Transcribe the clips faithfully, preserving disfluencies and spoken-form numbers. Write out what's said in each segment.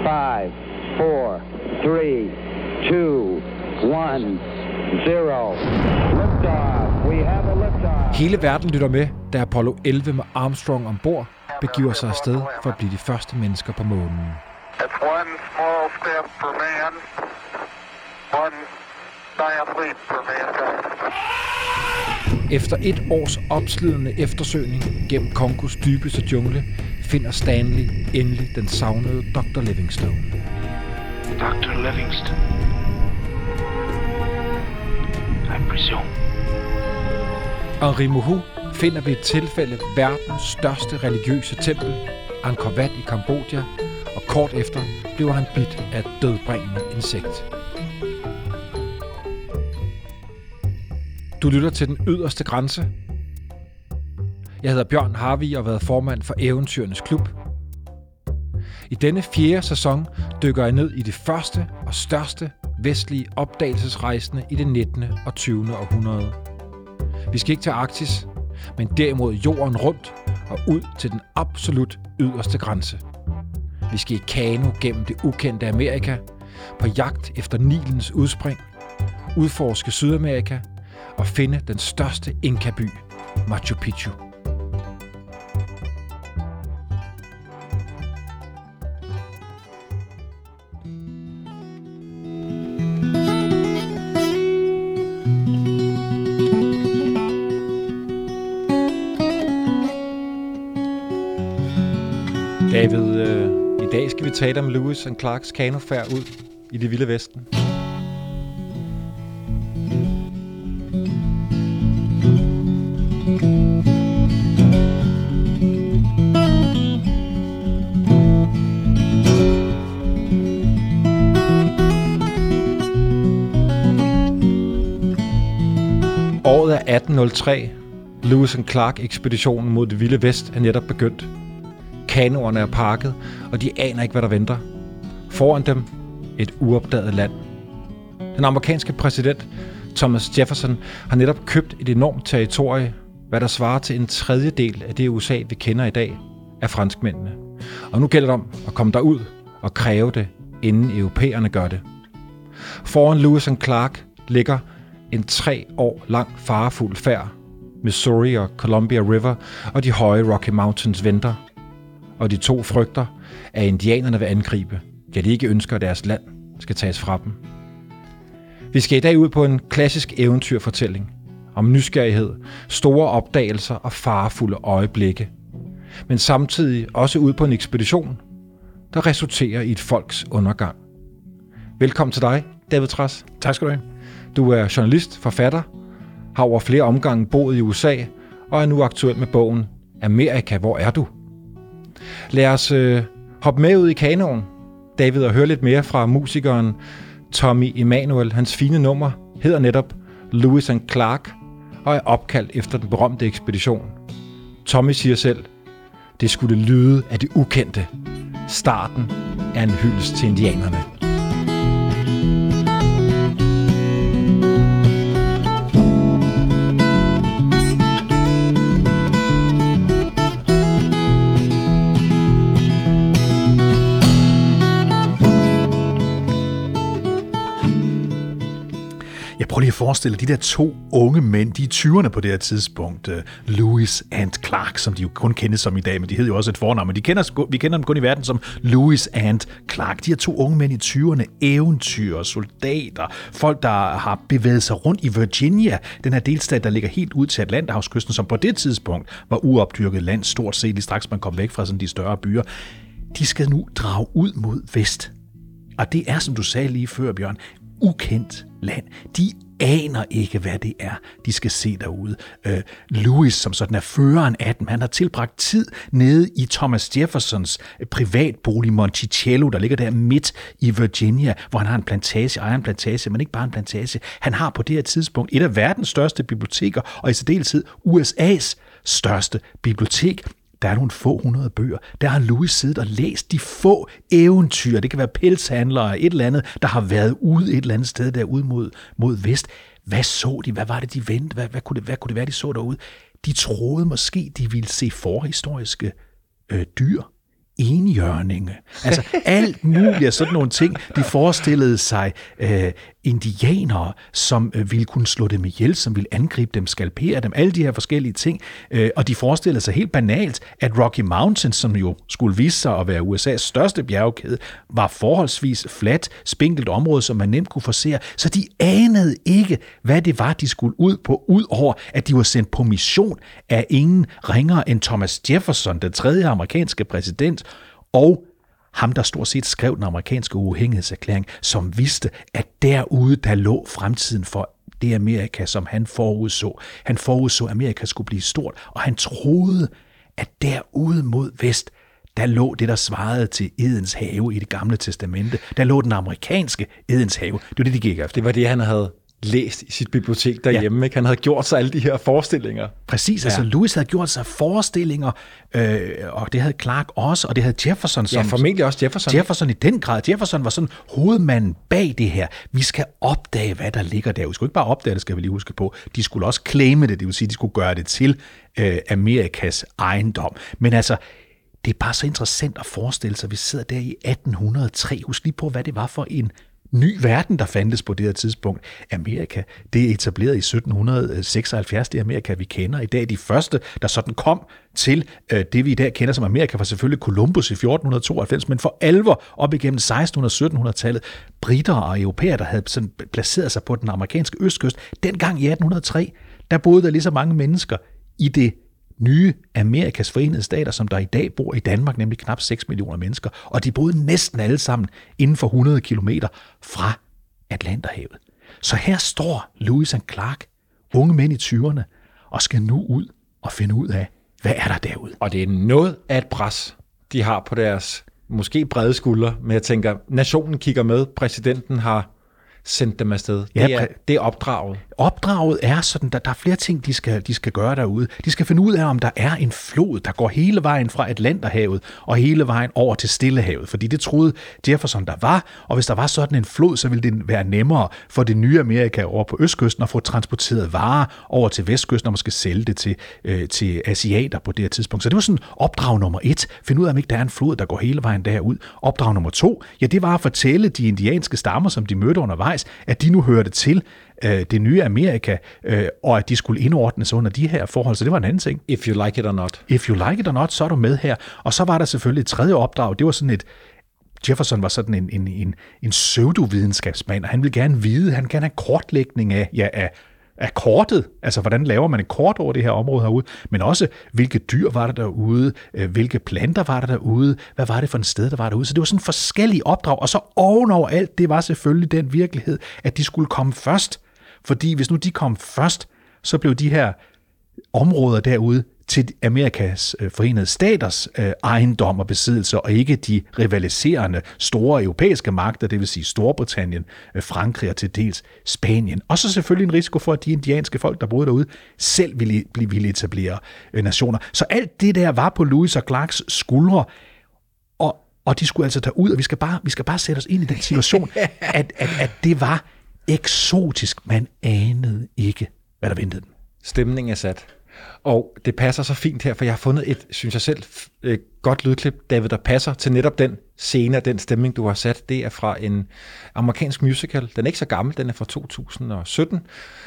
five, four, three, two, one, zero. Liftoff. We have a liftoff. Hele verden lytter med, da Apollo elleve med Armstrong ombord begiver sig afsted for at blive de første mennesker på månen. It's one small step for man, one giant leap for mankind. Efter et års opslidende eftersøgning gennem Kongos dybeste jungle, finder Stanley endelig den savnede doktor Livingstone. doktor Livingstone. I presume. Henri Mouhou finder ved et tilfælde verdens største religiøse tempel, Angkor Wat i Kambodja, og kort efter bliver han bidt af et dødbringende insekt. Du lytter til Den Yderste Grænse. Jeg hedder Bjørn Harvig og har været formand for Eventyrenes Klub. I denne fjerde sæson dykker jeg ned i det første og største vestlige opdagelsesrejsende i det nittende og tyvende århundrede. Vi skal ikke til Arktis, men derimod jorden rundt og ud til den absolut yderste grænse. Vi skal i kano gennem det ukendte Amerika, på jagt efter Nilens udspring, udforske Sydamerika og finde den største Inka-by, Machu Picchu. David, øh, i dag skal vi tale om Lewis and Clarks kanofærd ud i det vilde vesten. Året er atten nul tre. Lewis and Clark-ekspeditionen mod det vilde vest er netop begyndt. Kanoerne er pakket, og de aner ikke, hvad der venter. Foran dem et uopdaget land. Den amerikanske præsident Thomas Jefferson har netop købt et enormt territorie, hvad der svarer til en tredjedel af det U S A, vi kender i dag, af franskmændene. Og nu gælder det om at komme derud og kræve det, inden europæerne gør det. Foran Lewis and Clark ligger en tre år lang farefuld færd. Missouri og Columbia River og de høje Rocky Mountains venter. Og de to frygter, at indianerne vil angribe, da de ikke ønsker, at deres land skal tages fra dem. Vi skal i dag ud på en klassisk eventyrfortælling om nysgerrighed, store opdagelser og farefulde øjeblikke. Men samtidig også ud på en ekspedition, der resulterer i et folks undergang. Velkommen til dig, David Trads. Tak skal du have. Du er journalist, forfatter, har over flere omgange boet i U S A og er nu aktuel med bogen Amerika, hvor er du? Lad os øh, hoppe med ud i kanoen, David, og høre lidt mere fra musikeren Tommy Emmanuel. Hans fine nummer hedder netop Lewis and Clark og er opkaldt efter den berømte ekspedition. Tommy siger selv, det skulle lyde af det ukendte. Starten er en hyldest til indianerne. Prøv lige at forestille dig, de der to unge mænd, de er tyverne på det her tidspunkt, uh, Lewis and Clark, som de jo kun kendes som i dag, men de hed jo også et fornavn, men de kender, vi kender dem kun i verden som Lewis and Clark. De her to unge mænd i tyverne, eventyr, soldater, folk, der har bevæget sig rundt i Virginia, den her delstat, der ligger helt ud til Atlanterhavskysten, som på det tidspunkt var uopdyrket land, stort set, lige straks man kom væk fra sådan de større byer. De skal nu drage ud mod vest. Og det er, som du sagde lige før, Bjørn, ukendt land. De aner ikke, hvad det er, de skal se derude. Øh, Lewis, som sådan er føreren af dem, han har tilbragt tid nede i Thomas Jeffersons privatbolig Monticello, der ligger der midt i Virginia, hvor han har en plantage, ejer en plantage, men ikke bare en plantage. Han har på det her tidspunkt et af verdens største biblioteker, og i særdeleshed U S A's største bibliotek. Der er nogle få hundrede bøger. Der har Lewis siddet og læst de få eventyr. Det kan være pelshandlere, et eller andet, der har været ude et eller andet sted derude mod, mod vest. Hvad så de? Hvad var det, de ventede? Hvad, hvad, kunne det, hvad kunne det være, de så derude? De troede måske, de ville se forhistoriske øh, dyr. enhjørninge. Altså alt muligt af sådan nogle ting. De forestillede sig øh, indianere, som øh, ville kunne slå dem ihjel, som ville angribe dem, skalpere dem, alle de her forskellige ting. Øh, og de forestillede sig helt banalt, at Rocky Mountains, som jo skulle vise sig at være U S A's største bjergkæde, var forholdsvis fladt, spinkelt område, som man nemt kunne forsere. Så de anede ikke, hvad det var, de skulle ud på, ud over at de var sendt på mission af ingen ringere end Thomas Jefferson, den tredje amerikanske præsident, og ham, der stort set skrev den amerikanske uafhængighedserklæring, som vidste, at derude, der lå fremtiden for det Amerika, som han forudså. Han forudså, at Amerika skulle blive stort, og han troede, at derude mod vest, der lå det, der svarede til Edens have i Det Gamle Testamente. Der lå den amerikanske Edens have. Det var det, de gik efter. Det var det, han havde læst i sit bibliotek derhjemme. Ja. Ikke? Han havde gjort sig alle de her forestillinger. Præcis, ja. Altså Lewis havde gjort sig forestillinger, øh, og det havde Clark også, og det havde Jefferson. Som, ja, formentlig også Jefferson. Jefferson i den grad. Jefferson var sådan hovedmanden bag det her. Vi skal opdage, hvad der ligger der. Vi skulle ikke bare opdage det, skal vi lige huske på. De skulle også claime det, det vil sige, de skulle gøre det til øh, Amerikas ejendom. Men altså, det er bare så interessant at forestille sig, at vi sidder der i atten hundrede og tre. Husk lige på, hvad det var for en ny verden, der fandtes på det her tidspunkt. Amerika, det er etableret i sytten seksoghalvfjerds, det Amerika, vi kender i dag. De første, der sådan kom til øh, det, vi i dag kender som Amerika, var selvfølgelig Columbus i fjorten tooghalvfems, men for alvor op igennem sekstenhundrede- og syttenhundredetallet, britter og europæer, der havde sådan placeret sig på den amerikanske østkyst. Dengang i atten hundrede og tre, der boede der lige så mange mennesker i det nye Amerikas Forenede Stater, som der i dag bor i Danmark, nemlig knap seks millioner mennesker, og de boede næsten alle sammen inden for hundrede kilometer fra Atlanterhavet. Så her står Lewis and Clark, unge mænd i tyverne, og skal nu ud og finde ud af, hvad er der derude. Og det er noget af et pres, de har på deres måske brede skuldre, men jeg tænker, nationen kigger med, præsidenten har sendt dem afsted. Ja, det, er, det er opdraget. Opdraget er sådan, der, der er flere ting, de skal, de skal gøre derude. De skal finde ud af, om der er en flod, der går hele vejen fra Atlanterhavet og hele vejen over til Stillehavet. Fordi det troede Jefferson, der var. Og hvis der var sådan en flod, så ville det være nemmere for det nye Amerika over på østkysten at få transporteret varer over til vestkysten og måske sælge det til, øh, til asiater på det her tidspunkt. Så det var sådan opdrag nummer et. Find ud af, om ikke der er en flod, der går hele vejen derud. Opdrag nummer to, ja, det var at fortælle de indianske stammer, som de mødte undervejs, at de nu hørte til øh, det nye Amerika, øh, og at de skulle indordne sig under de her forhold. Så det var en anden ting. If you like it or not. If you like it or not, så er du med her. Og så var der selvfølgelig et tredje opdrag. Det var sådan et, Jefferson var sådan en, en, en, en pseudovidenskabsmand, og han ville gerne vide, han gerne have kortlægning af, ja, af af kortet, altså hvordan laver man et kort over det her område herude, men også hvilke dyr var der derude, hvilke planter var der derude, hvad var det for et sted, der var derude. Så det var sådan forskellige opdrag, og så ovenover alt, det var selvfølgelig den virkelighed, at de skulle komme først, fordi hvis nu de kom først, så blev de her områder derude til Amerikas øh, Forenede Staters øh, ejendom og besiddelse, og ikke de rivaliserende store europæiske magter, det vil sige Storbritannien, øh, Frankrig og til dels Spanien. Og så selvfølgelig en risiko for, at de indianske folk, der boede derude, selv ville, ville etablere øh, nationer. Så alt det der var på Lewis og Clarks skuldre, og, og de skulle altså tage ud, og vi skal bare, vi skal bare sætte os ind i den situation, at, at, at det var eksotisk. Man anede ikke, hvad der ventede den. Stemningen er sat. Og det passer så fint her, for jeg har fundet et, synes jeg selv, et godt lydklip, David, der passer til netop den scene og den stemning, du har sat. Det er fra en amerikansk musical. Den er ikke så gammel, den er fra to tusind og sytten.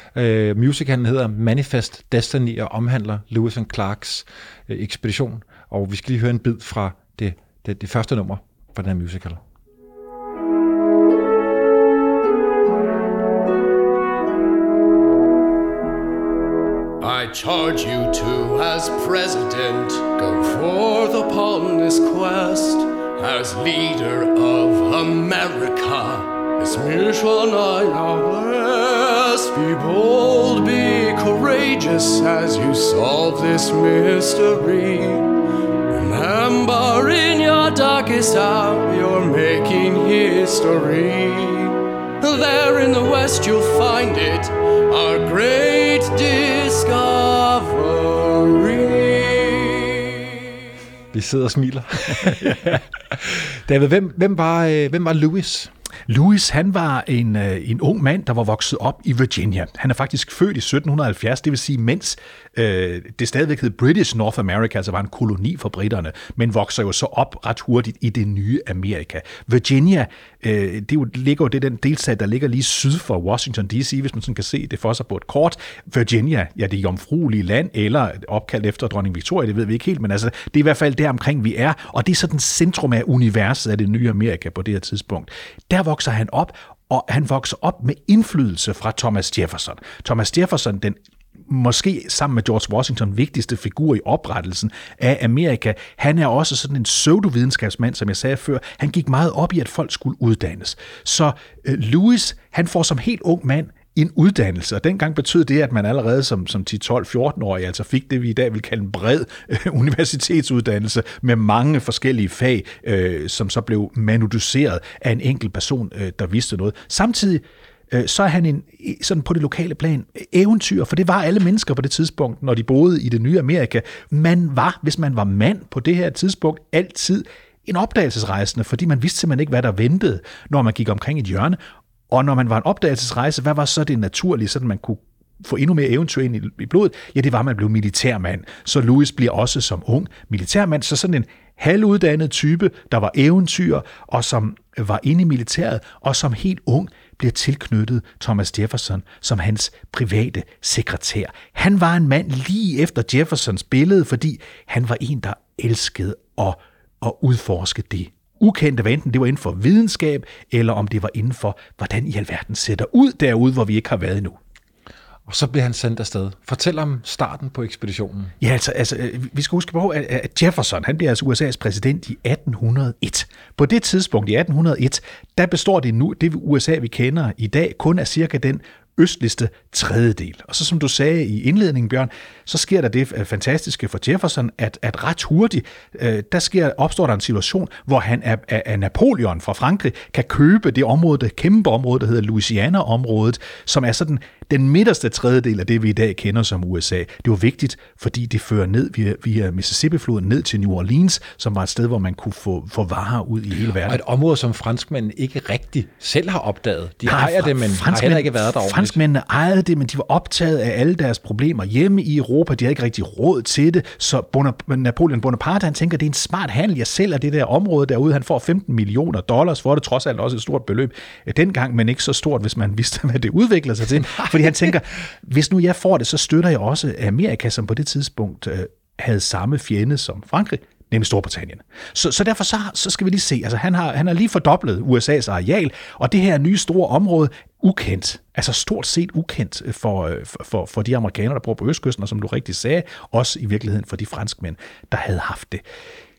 Uh, musicalen hedder Manifest Destiny og omhandler Lewis and Clarks uh, ekspedition. Og vi skal lige høre en bid fra det, det, det første nummer fra den her musical. I charge you to, as president, go forth upon this quest. As leader of America, this mission I now bless. Be bold, be courageous as you solve this mystery. Remember, in your darkest hour, you're making history. There in the west you'll find it, our great discovery. Vi sidder og smiler. David, hvem, hvem, var, hvem var Lewis? Lewis, han var en, en ung mand, der var vokset op i Virginia. Han er faktisk født i sytten halvfjerds, det vil sige, mens øh, det stadigvæk hed British North America, altså var en koloni for britterne, men vokser jo så op ret hurtigt i det nye Amerika. Virginia, øh, det jo, ligger jo det den delstat, der ligger lige syd for Washington D C, hvis man sådan kan se det for sig på et kort. Virginia, ja, det er jomfruelige land, eller opkaldt efter dronning Victoria, det ved vi ikke helt, men altså, det er i hvert fald der omkring vi er, og det er sådan centrum af universet af det nye Amerika på det her tidspunkt. Der vokser han op, og han vokser op med indflydelse fra Thomas Jefferson. Thomas Jefferson, den måske sammen med George Washington vigtigste figur i oprettelsen af Amerika, han er også sådan en pseudovidenskabsmand, som jeg sagde før. Han gik meget op i, at folk skulle uddannes. Så øh, Lewis, han får som helt ung mand en uddannelse, og dengang betød det, at man allerede som, som ti, tolv, fjorten-årig altså fik det, vi i dag vil kalde en bred øh, universitetsuddannelse med mange forskellige fag, øh, som så blev manuduceret af en enkelt person, øh, der vidste noget. Samtidig øh, så er han en, sådan på det lokale plan eventyr, for det var alle mennesker på det tidspunkt, når de boede i det nye Amerika. Man var, hvis man var mand på det her tidspunkt, altid en opdagelsesrejsende, fordi man vidste simpelthen ikke, hvad der ventede, når man gik omkring et hjørne. Og når man var en opdagelsesrejse, hvad var så det naturlige, så man kunne få endnu mere eventyr ind i blodet? Ja, det var, at man blev militærmand. Så Lewis bliver også som ung militærmand, så sådan en halvuddannet type, der var eventyr, og som var inde i militæret, og som helt ung bliver tilknyttet Thomas Jefferson som hans private sekretær. Han var en mand lige efter Jeffersons billede, fordi han var en, der elskede at, at udforske det ukendte, hvad enten det var inden for videnskab, eller om det var inden for, hvordan i alverden ser der ud derude, hvor vi ikke har været endnu. Og så bliver han sendt afsted. Fortæl om starten på ekspeditionen. Ja, altså, altså vi skal huske på, at Jefferson, han bliver altså U S A's præsident i atten hundrede og et. På det tidspunkt i atten hundrede og et, der består det nu, det U S A, vi kender i dag, kun af cirka den østligste tredjedel. Og så som du sagde i indledningen, Bjørn, så sker der det fantastiske for Jefferson, at, at ret hurtigt, øh, der sker, opstår der en situation, hvor han af, af Napoleon fra Frankrig kan købe det område, det kæmpe område, der hedder Louisiana-området, som er sådan den midterste tredjedel af det, vi i dag kender som U S A. Det var vigtigt, fordi det fører ned via, via Mississippi-floden ned til New Orleans, som var et sted, hvor man kunne få, få varer ud i hele verden. Og et område, som franskmændene ikke rigtig selv har opdaget. De Nej, ejer det, men har heller ikke været der ordentligt. Franskmændene ejede det, men de var optaget af alle deres problemer hjemme i Europa. De havde ikke rigtig råd til det, så Napoleon Bonaparte, han tænker, det er en smart handel. Jeg sælger det der område derude. Han får femten millioner dollars for det, trods alt også et stort beløb dengang, men ikke så stort, hvis man vidste, hvad det udvikler sig til. Fordi han tænker, hvis nu jeg får det, så støtter jeg også Amerika, som på det tidspunkt øh, havde samme fjende som Frankrig, nemlig Storbritannien. Så, så derfor så, så skal vi lige se, altså han har, han har lige fordoblet U S A's areal, og det her nye store område, ukendt, altså stort set ukendt for, for, for de amerikanere, der bor på Østkysten, og som du rigtig sagde, også i virkeligheden for de franskmænd, der havde haft det.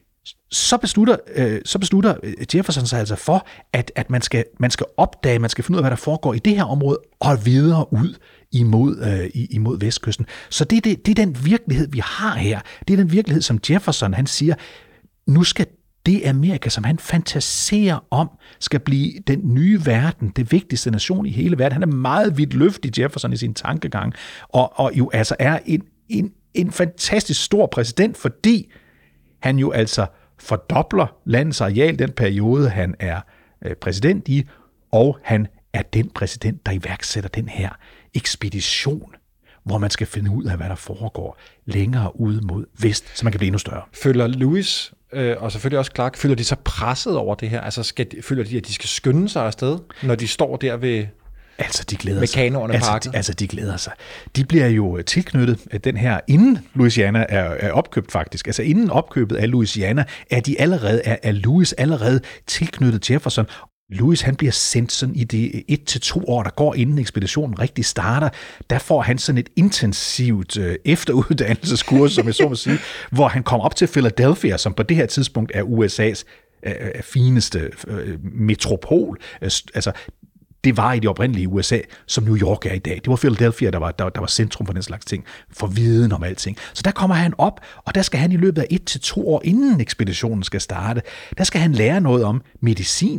Så beslutter, øh, så beslutter Jefferson sig altså for, at, at man, skal, man skal opdage, man skal finde ud af, hvad der foregår i det her område, og videre ud imod, øh, imod Vestkysten. Så det, det, det er den virkelighed, vi har her. Det er den virkelighed, som Jefferson han siger, nu skal det Amerika, som han fantaserer om, skal blive den nye verden, det vigtigste nation i hele verden. Han er meget vidtløftig, Jefferson, i sin tankegang, og, og jo altså er en, en, en fantastisk stor præsident, fordi han jo altså fordobler landets areal den periode, han er præsident i, og han er den præsident, der iværksætter den her ekspedition, hvor man skal finde ud af, hvad der foregår længere ude mod vest, så man kan blive endnu større. Føler Lewis øh, og selvfølgelig også Clark, føler de så presset over det her? Altså skal de, føler de, at de skal skynde sig afsted, når de står der ved... Altså, de glæder med sig. Kanoerne altså, pakket. De, altså, de glæder sig. De bliver jo tilknyttet den her, inden Louisiana er, er opkøbt faktisk. Altså, inden opkøbet af Louisiana, er de allerede, er, er Lewis allerede tilknyttet Jefferson. Lewis, han bliver sendt sådan i det et til to år, der går inden ekspeditionen rigtig starter. Der får han sådan et intensivt øh, efteruddannelseskurs, som jeg så må sige, hvor han kommer op til Philadelphia, som på det her tidspunkt er U S A's øh, fineste øh, metropol. Øh, altså, det var i det oprindelige U S A, som New York er i dag. Det var Philadelphia, der var, der, der var centrum for den slags ting, for viden om alting. Så der kommer han op, og der skal han i løbet af et til to år, inden ekspeditionen skal starte, der skal han lære noget om medicin.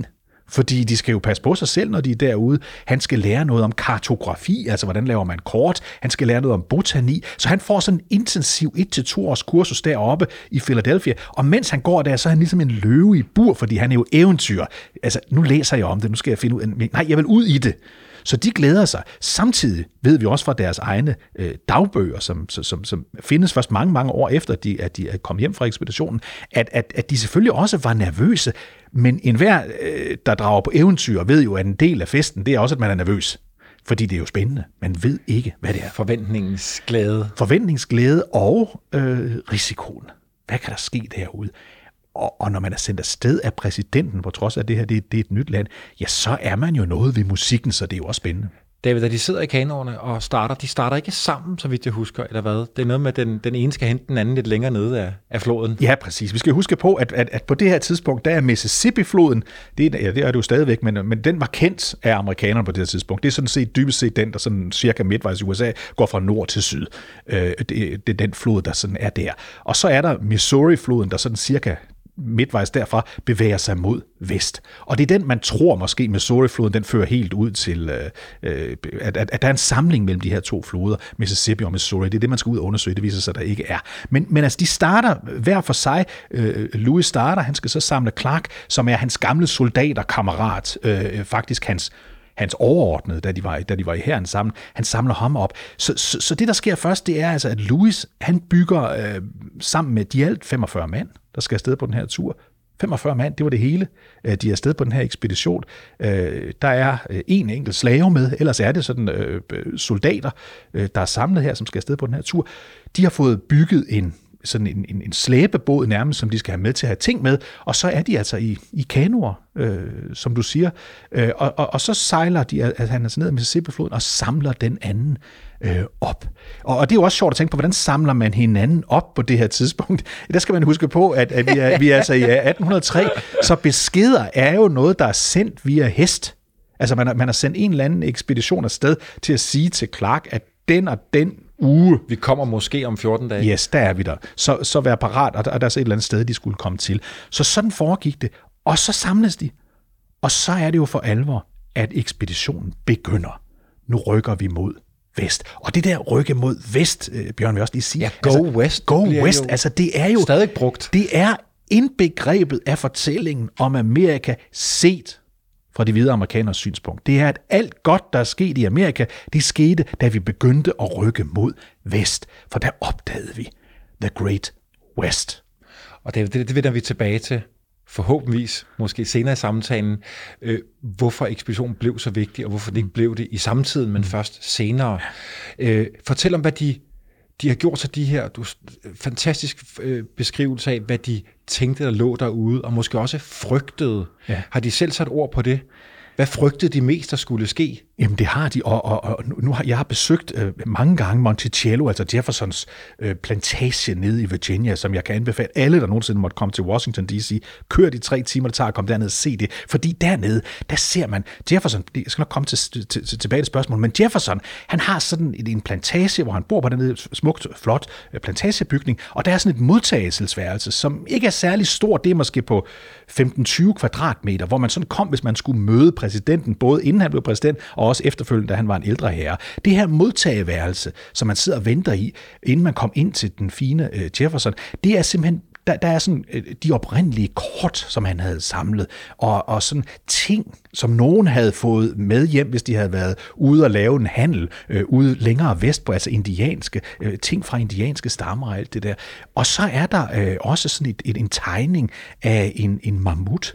Fordi de skal jo passe på sig selv, når de er derude. Han skal lære noget om kartografi, altså hvordan laver man kort. Han skal lære noget om botani. Så han får sådan en intensiv et til to års kursus deroppe i Philadelphia. Og mens han går der, så er han ligesom en løve i bur, fordi han er jo eventyr. Altså, nu læser jeg om det, nu skal jeg finde ud af... Nej, jeg vil ud i det. Så de glæder sig. Samtidig ved vi også fra deres egne øh, dagbøger, som, som, som findes først mange, mange år efter, at de, at de er kommet hjem fra ekspeditionen, at, at, at de selvfølgelig også var nervøse. Men enhver, øh, der drager på eventyr, ved jo, at en del af festen, det er også, at man er nervøs. Fordi det er jo spændende. Man ved ikke, hvad det er. Forventningsglæde. Forventningsglæde og øh, risikoen. Hvad kan der ske derude? Og, og når man er sendt afsted af præsidenten, på trods af det her, det, det er et nyt land, ja, så er man jo noget ved musikken, så det er jo også spændende. David, da de sidder i kanoerne og starter, de starter ikke sammen, så vidt jeg husker, eller hvad? Det er noget med, at den, den ene skal hente den anden lidt længere nede af, af floden. Ja, præcis. Vi skal huske på, at, at, at på det her tidspunkt, der er Mississippi-floden, det er, ja, det er det jo stadigvæk, men, men den var kendt af amerikanerne på det her tidspunkt. Det er sådan set dybest set den, der sådan cirka midtvejs i U S A går fra nord til syd. Øh, det, det er den flod, der sådan er der. Og så er der Missouri-floden, der sådan cirka midtvejs derfra bevæger sig mod vest. Og det er den, man tror måske Missouri-floden, den fører helt ud til, øh, at, at, at der er en samling mellem de her to floder, Mississippi og Missouri. Det er det, man skal ud og undersøge. Det viser sig, at der ikke er. Men, men altså, de starter hver for sig. Øh, Lewis starter, han skal så samle Clark, som er hans gamle soldaterkammerat, øh, faktisk hans hans overordnede, da de var, da de var i hæren sammen, han samler ham op. Så, så, så det, der sker først, det er altså, at Lewis, han bygger øh, sammen med de alt femogfyrre mand, der skal afsted på den her tur. femogfyrre mand, det var det hele. De er afsted på den her ekspedition. Der er en enkelt slave med, ellers er det sådan øh, soldater, der er samlet her, som skal afsted på den her tur. De har fået bygget en sådan en, en, en slæbebåd nærmest, som de skal have med til at have ting med, og så er de altså i, i kanoer, øh, som du siger, øh, og, og, og så sejler de, altså han er ned ad Mississippi-floden og samler den anden øh, op. Og, og det er jo også sjovt at tænke på, hvordan samler man hinanden op på det her tidspunkt? Der skal man huske på, at, at vi, er, vi er altså i atten hundrede og tre, så beskeder er jo noget, der er sendt via hest. Altså man har, man har sendt en eller anden ekspedition afsted til at sige til Clark, at den og den uge. Vi kommer måske om fjorten dage. Yes, der er vi der. Så, så vær parat, og der, og der er så et eller andet sted, de skulle komme til. Så sådan foregik det. Og så samles de. Og så er det jo for alvor, at ekspeditionen begynder. Nu rykker vi mod vest. Og det der rykke mod vest, Bjørn vil også lige sige. Ja, go altså, west. Go west, altså det er jo stadig brugt. Det er indbegrebet af fortællingen om Amerika set fra de hvide amerikaners synspunkt. Det er, at alt godt, der er sket i Amerika, det skete, da vi begyndte at rykke mod vest. For der opdagede vi The Great West. Og det, det, det vender vi tilbage til, forhåbentligvis, måske senere i samtalen, øh, hvorfor ekspeditionen blev så vigtig, og hvorfor det ikke blev det i samtiden, men først senere. Øh, fortæl om, hvad de, de har gjort sig de her du, fantastisk øh, beskrivelse af, hvad de tænkte, der lå derude, og måske også frygtede. Ja. Har de selv sat ord på det? Hvad frygtede de mest, der skulle ske? Jamen det har de, og, og, og nu har jeg har besøgt øh, mange gange Monticello, altså Jeffersons øh, plantage nede i Virginia, som jeg kan anbefale alle, der nogensinde måtte komme til Washington D C. Kør de tre timer, det tager at komme derned og se det. Fordi dernede, der ser man Jefferson, jeg skal nok komme til, til, til, tilbage til spørgsmålet, men Jefferson, han har sådan en, en plantage, hvor han bor på den smukt, flot øh, plantagebygning, og der er sådan et modtagelsesværelse, som ikke er særlig stort, det er måske på femten til tyve kvadratmeter, hvor man sådan kom, hvis man skulle møde præsidenten, både inden han blev præsident, og også efterfølgende, da han var en ældre herre. Det her modtageværelse, som man sidder og venter i, inden man kom ind til den fine øh, Jefferson, det er simpelthen, der, der er sådan øh, de oprindelige kort, som han havde samlet, og, og sådan ting, som nogen havde fået med hjem, hvis de havde været ude og lave en handel, øh, ude længere vestpå, altså indianske, øh, ting fra indianske stammer og alt det der. Og så er der øh, også sådan et, et, en tegning af en, en mammut.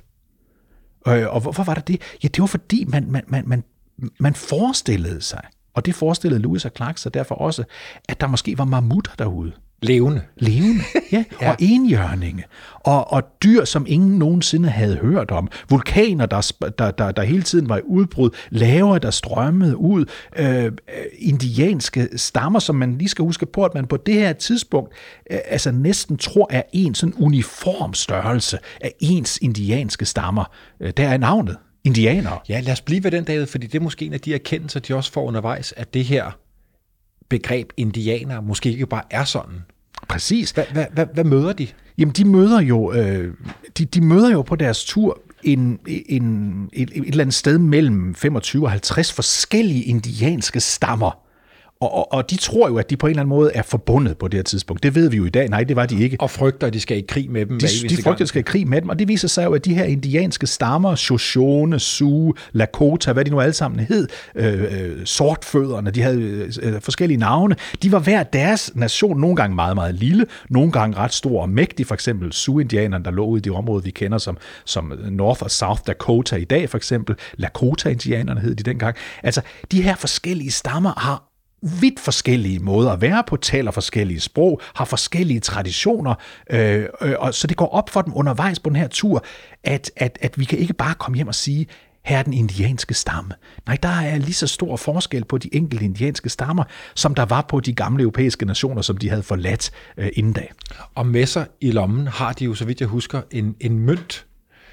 Øh, og hvorfor var der det? Ja, det var fordi, man, man, man, man Man forestillede sig, og det forestillede Lewis og Clark sig derfor også, at der måske var mammutter derude. Levende. Levende, ja. ja. Og enhjørninge. Og, og dyr, som ingen nogensinde havde hørt om. Vulkaner, der, der, der, der hele tiden var i udbrud. Laver, der strømmede ud. Øh, indianske stammer, som man lige skal huske på, at man på det her tidspunkt øh, altså næsten tror er en sådan uniform størrelse af ens indianske stammer. Øh, der er navnet. Indianere. Ja, lad os blive ved den, David, fordi det er måske en af de erkendelser, de også får undervejs, at det her begreb indianer måske ikke bare er sådan. Præcis. Hvad, hvad, hvad, hvad møder de? Jamen, de møder jo, øh, de, de møder jo på deres tur en, en, et, et eller andet sted mellem femogtyve og halvtreds forskellige indianske stammer. Og, og, og de tror jo, at de på en eller anden måde er forbundet på det her tidspunkt. Det ved vi jo i dag. Nej, det var de ikke. Og frygter, at de skal i krig med dem. De, de frygter, at de skal i krig med dem, og det viser sig jo, at de her indianske stammer, Shoshone, Sioux, Lakota, hvad de nu alle sammen hed, øh, sortfødderne, de havde øh, forskellige navne, de var hver deres nation, nogle gange meget, meget lille, nogle gange ret stor og mægtig, for eksempel Sioux-indianerne, der lå ude i det område, vi kender som, som North og South Dakota i dag, for eksempel. Lakota-indianerne hed de dengang. Altså, de her forskellige stammer har vidt forskellige måder at være på, taler forskellige sprog, har forskellige traditioner, øh, øh, og så det går op for dem undervejs på den her tur, at, at, at vi kan ikke bare komme hjem og sige, her er den indianske stamme. Nej, der er lige så stor forskel på de enkelte indianske stammer, som der var på de gamle europæiske nationer, som de havde forladt øh, inden da. Og med sig i lommen har de jo, så vidt jeg husker, en, en mønt,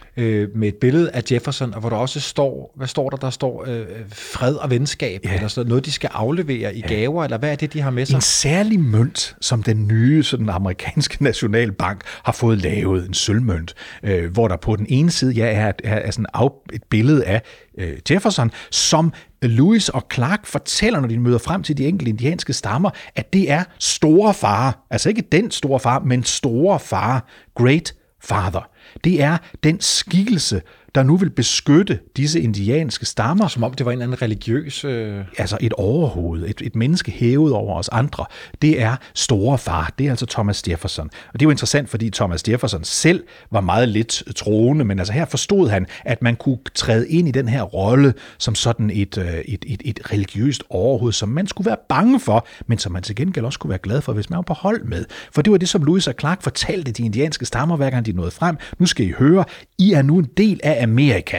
med et billede af Jefferson, og hvor der også står, hvad står der? Der står øh, fred og venskab, ja. Eller sådan noget, de skal aflevere i ja. gaver, eller hvad er det, de har med sig? En særlig mønt, som den nye sådan, amerikanske nationalbank har fået lavet, en sølvmønt, øh, hvor der på den ene side ja, er, er, er sådan af, et billede af øh, Jefferson, som Lewis og Clark fortæller, når de møder frem til de enkelte indianske stammer, at det er store far, altså ikke den store far, men store far, great father. Det er den skikkelse, der nu vil beskytte disse indianske stammer. Som om det var en eller anden religiøs... Øh... Altså et overhoved, et, et menneske hævet over os andre. Det er store far, det er altså Thomas Jefferson. Og det er jo interessant, fordi Thomas Jefferson selv var meget lidt troende, men altså her forstod han, at man kunne træde ind i den her rolle som sådan et, et, et, et religiøst overhoved, som man skulle være bange for, men som man til gengæld også kunne være glad for, hvis man var på hold med. For det var det, som Lewis og Clark fortalte de indianske stammer, hver gang de nåede frem. Nu skal I høre, I er nu en del af Amerika.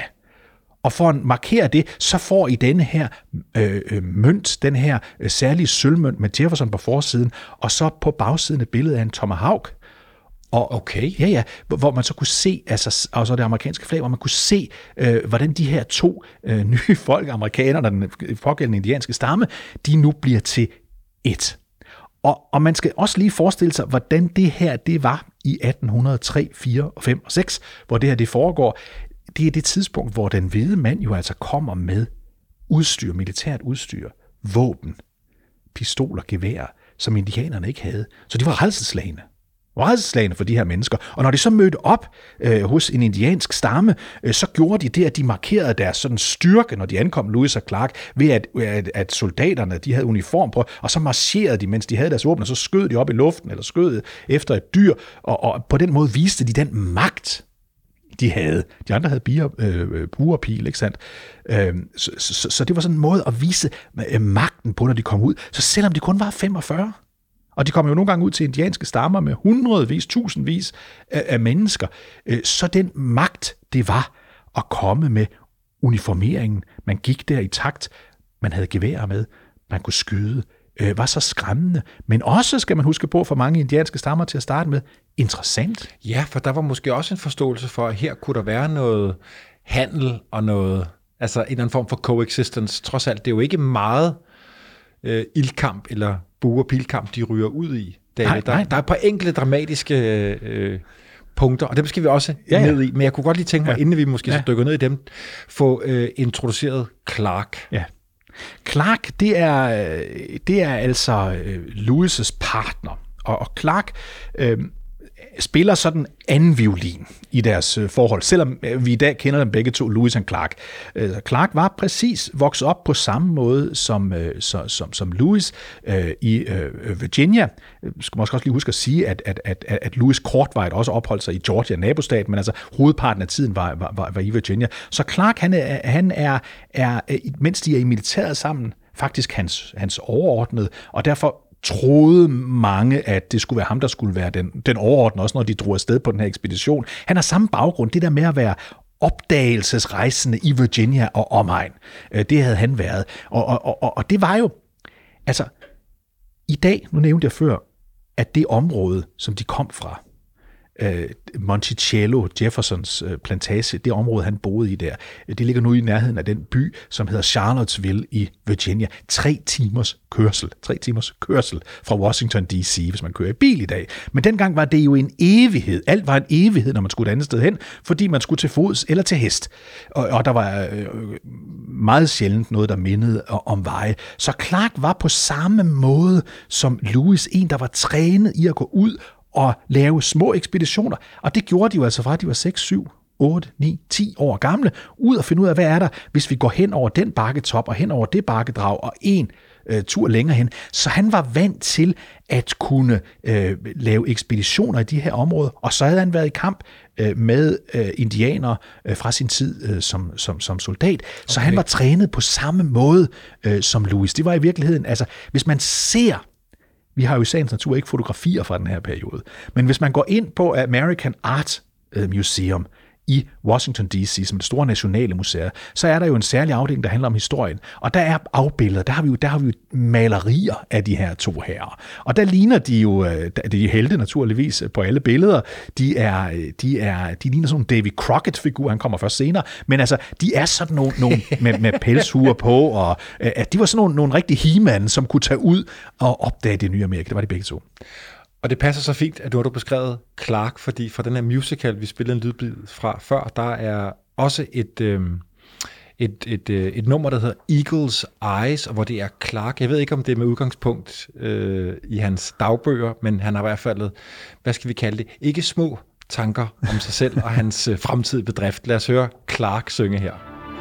Og for at markere det, så får I denne her øh, mønt, den her øh, særlige sølvmønt med Jefferson på forsiden, og så på bagsiden et billede af en tomahawk. Og, okay. Ja, ja, hvor man så kunne se, altså, og så det amerikanske flag, hvor man kunne se, øh, hvordan de her to øh, nye folk, amerikanerne, den pågældende indianske stamme, de nu bliver til ét. Og, og man skal også lige forestille sig, hvordan det her, det var i atten hundrede og tre, fire, fem og seks, hvor det her, det foregår. Det er det tidspunkt, hvor den hvide mand jo altså kommer med udstyr, militært udstyr, våben, pistoler, geværer, som indianerne ikke havde. Så de var rædselsslagne. Rædselsslagne for de her mennesker. Og når de så mødte op øh, hos en indiansk stamme, øh, så gjorde de det, at de markerede deres sådan styrke, når de ankom, Lewis og Clark, ved at, at, at soldaterne, de havde uniform på, og så marcherede de, mens de havde deres våben, og så skød de op i luften, eller skød efter et dyr, og, og på den måde viste de den magt, de havde. De andre havde bier, øh, buer og pil, ikke sandt? Øh, så, så, så det var sådan en måde at vise øh, magten på, når de kom ud. Så selvom de kun var femogfyrre, og de kom jo nogle gange ud til indianske stammer med hundredvis, tusindvis af, af mennesker, øh, så den magt, det var at komme med uniformeringen. Man gik der i takt, man havde geværer med, man kunne skyde, øh, var så skræmmende, men også, skal man huske på, for mange indianske stammer til at starte med, interessant. Ja, for der var måske også en forståelse for, at her kunne der være noget handel og noget, altså en eller anden form for coexistence. Trods alt, det er jo ikke meget øh, ildkamp eller bue- og pilkamp, de ryger ud i. Der, nej, der, nej. der er et par enkelte dramatiske øh, punkter, og dem skal vi også ja, ja. ned i. Men jeg kunne godt lige tænke mig, ja. inden vi måske ja. så dykker ned i dem, få øh, introduceret Clark. Ja. Clark, det er, det er altså øh, Lewis' partner, og, og Clark øh, spiller sådan anden violin i deres øh, forhold, selvom øh, vi i dag kender dem begge to, Lewis og Clark. Øh, Clark var præcis vokset op på samme måde som, øh, så, som, som Lewis øh, i øh, Virginia. Jeg skal måske også lige huske at sige, at, at, at, at Lewis kortvarigt også opholdt sig i Georgia, nabostat, men altså hovedparten af tiden var, var, var, var i Virginia. Så Clark, han er, han er, er, mens de er i militæret sammen, faktisk hans, hans overordnede, og derfor troede mange, at det skulle være ham, der skulle være den, den overordnede, også når de drog afsted på den her ekspedition. Han har samme baggrund, det der med at være opdagelsesrejsende i Virginia og omegn. Det havde han været. Og, og, og, og det var jo, altså, i dag, nu nævnte jeg før, at det område, som de kom fra, øh, Monticello, Jeffersons øh, plantage, det område, han boede i der, det ligger nu i nærheden af den by, som hedder Charlottesville i Virginia. Tre timers kørsel. Tre timers kørsel fra Washington D C, hvis man kører i bil i dag. Men dengang var det jo en evighed. Alt var en evighed, når man skulle et andet sted hen, fordi man skulle til fods eller til hest. Og, og der var øh, meget sjældent noget, der mindede om veje. Så Clark var på samme måde som Lewis, en, der var trænet i at gå ud og lave små ekspeditioner. Og det gjorde de jo altså fra, at de var seks, syv, otte, ni, ti år gamle, ud og finde ud af, hvad er der, hvis vi går hen over den bakketop og hen over det bakkedrag og en øh, tur længere hen. Så han var vant til at kunne øh, lave ekspeditioner i de her områder, og så havde han været i kamp øh, med øh, indianere øh, fra sin tid øh, som, som, som soldat. Så okay. Han var trænet på samme måde øh, som Lewis. Det var i virkeligheden, altså hvis man ser, vi har jo i sagens natur ikke fotografier fra den her periode, men hvis man går ind på American Art Museum i Washington D C, som det store nationale museum, så er der jo en særlig afdeling, der handler om historien. Og der er afbilleder, der har vi jo, der har vi jo malerier af de her to herrer. Og der ligner de jo, de helte naturligvis på alle billeder, de er, de er, de ligner sådan nogle Davy Crockett-figurer, han kommer først senere, men altså, de er sådan nogle, nogle med, med pelshuer på, og at de var sådan nogle, nogle rigtige he-man, som kunne tage ud og opdage det nye Amerika. Det var de begge to. Og det passer så fint, at du har beskrevet Clark, fordi fra den her musical, vi spillede en lydbid fra før, der er også et, øh, et, et, øh, et nummer, der hedder Eagle's Eyes, og hvor det er Clark. Jeg ved ikke, om det er med udgangspunkt øh, i hans dagbøger, men han har i hvert fald, hvad skal vi kalde det, ikke små tanker om sig selv og hans øh, fremtidige bedrift. Lad os høre Clark synge her.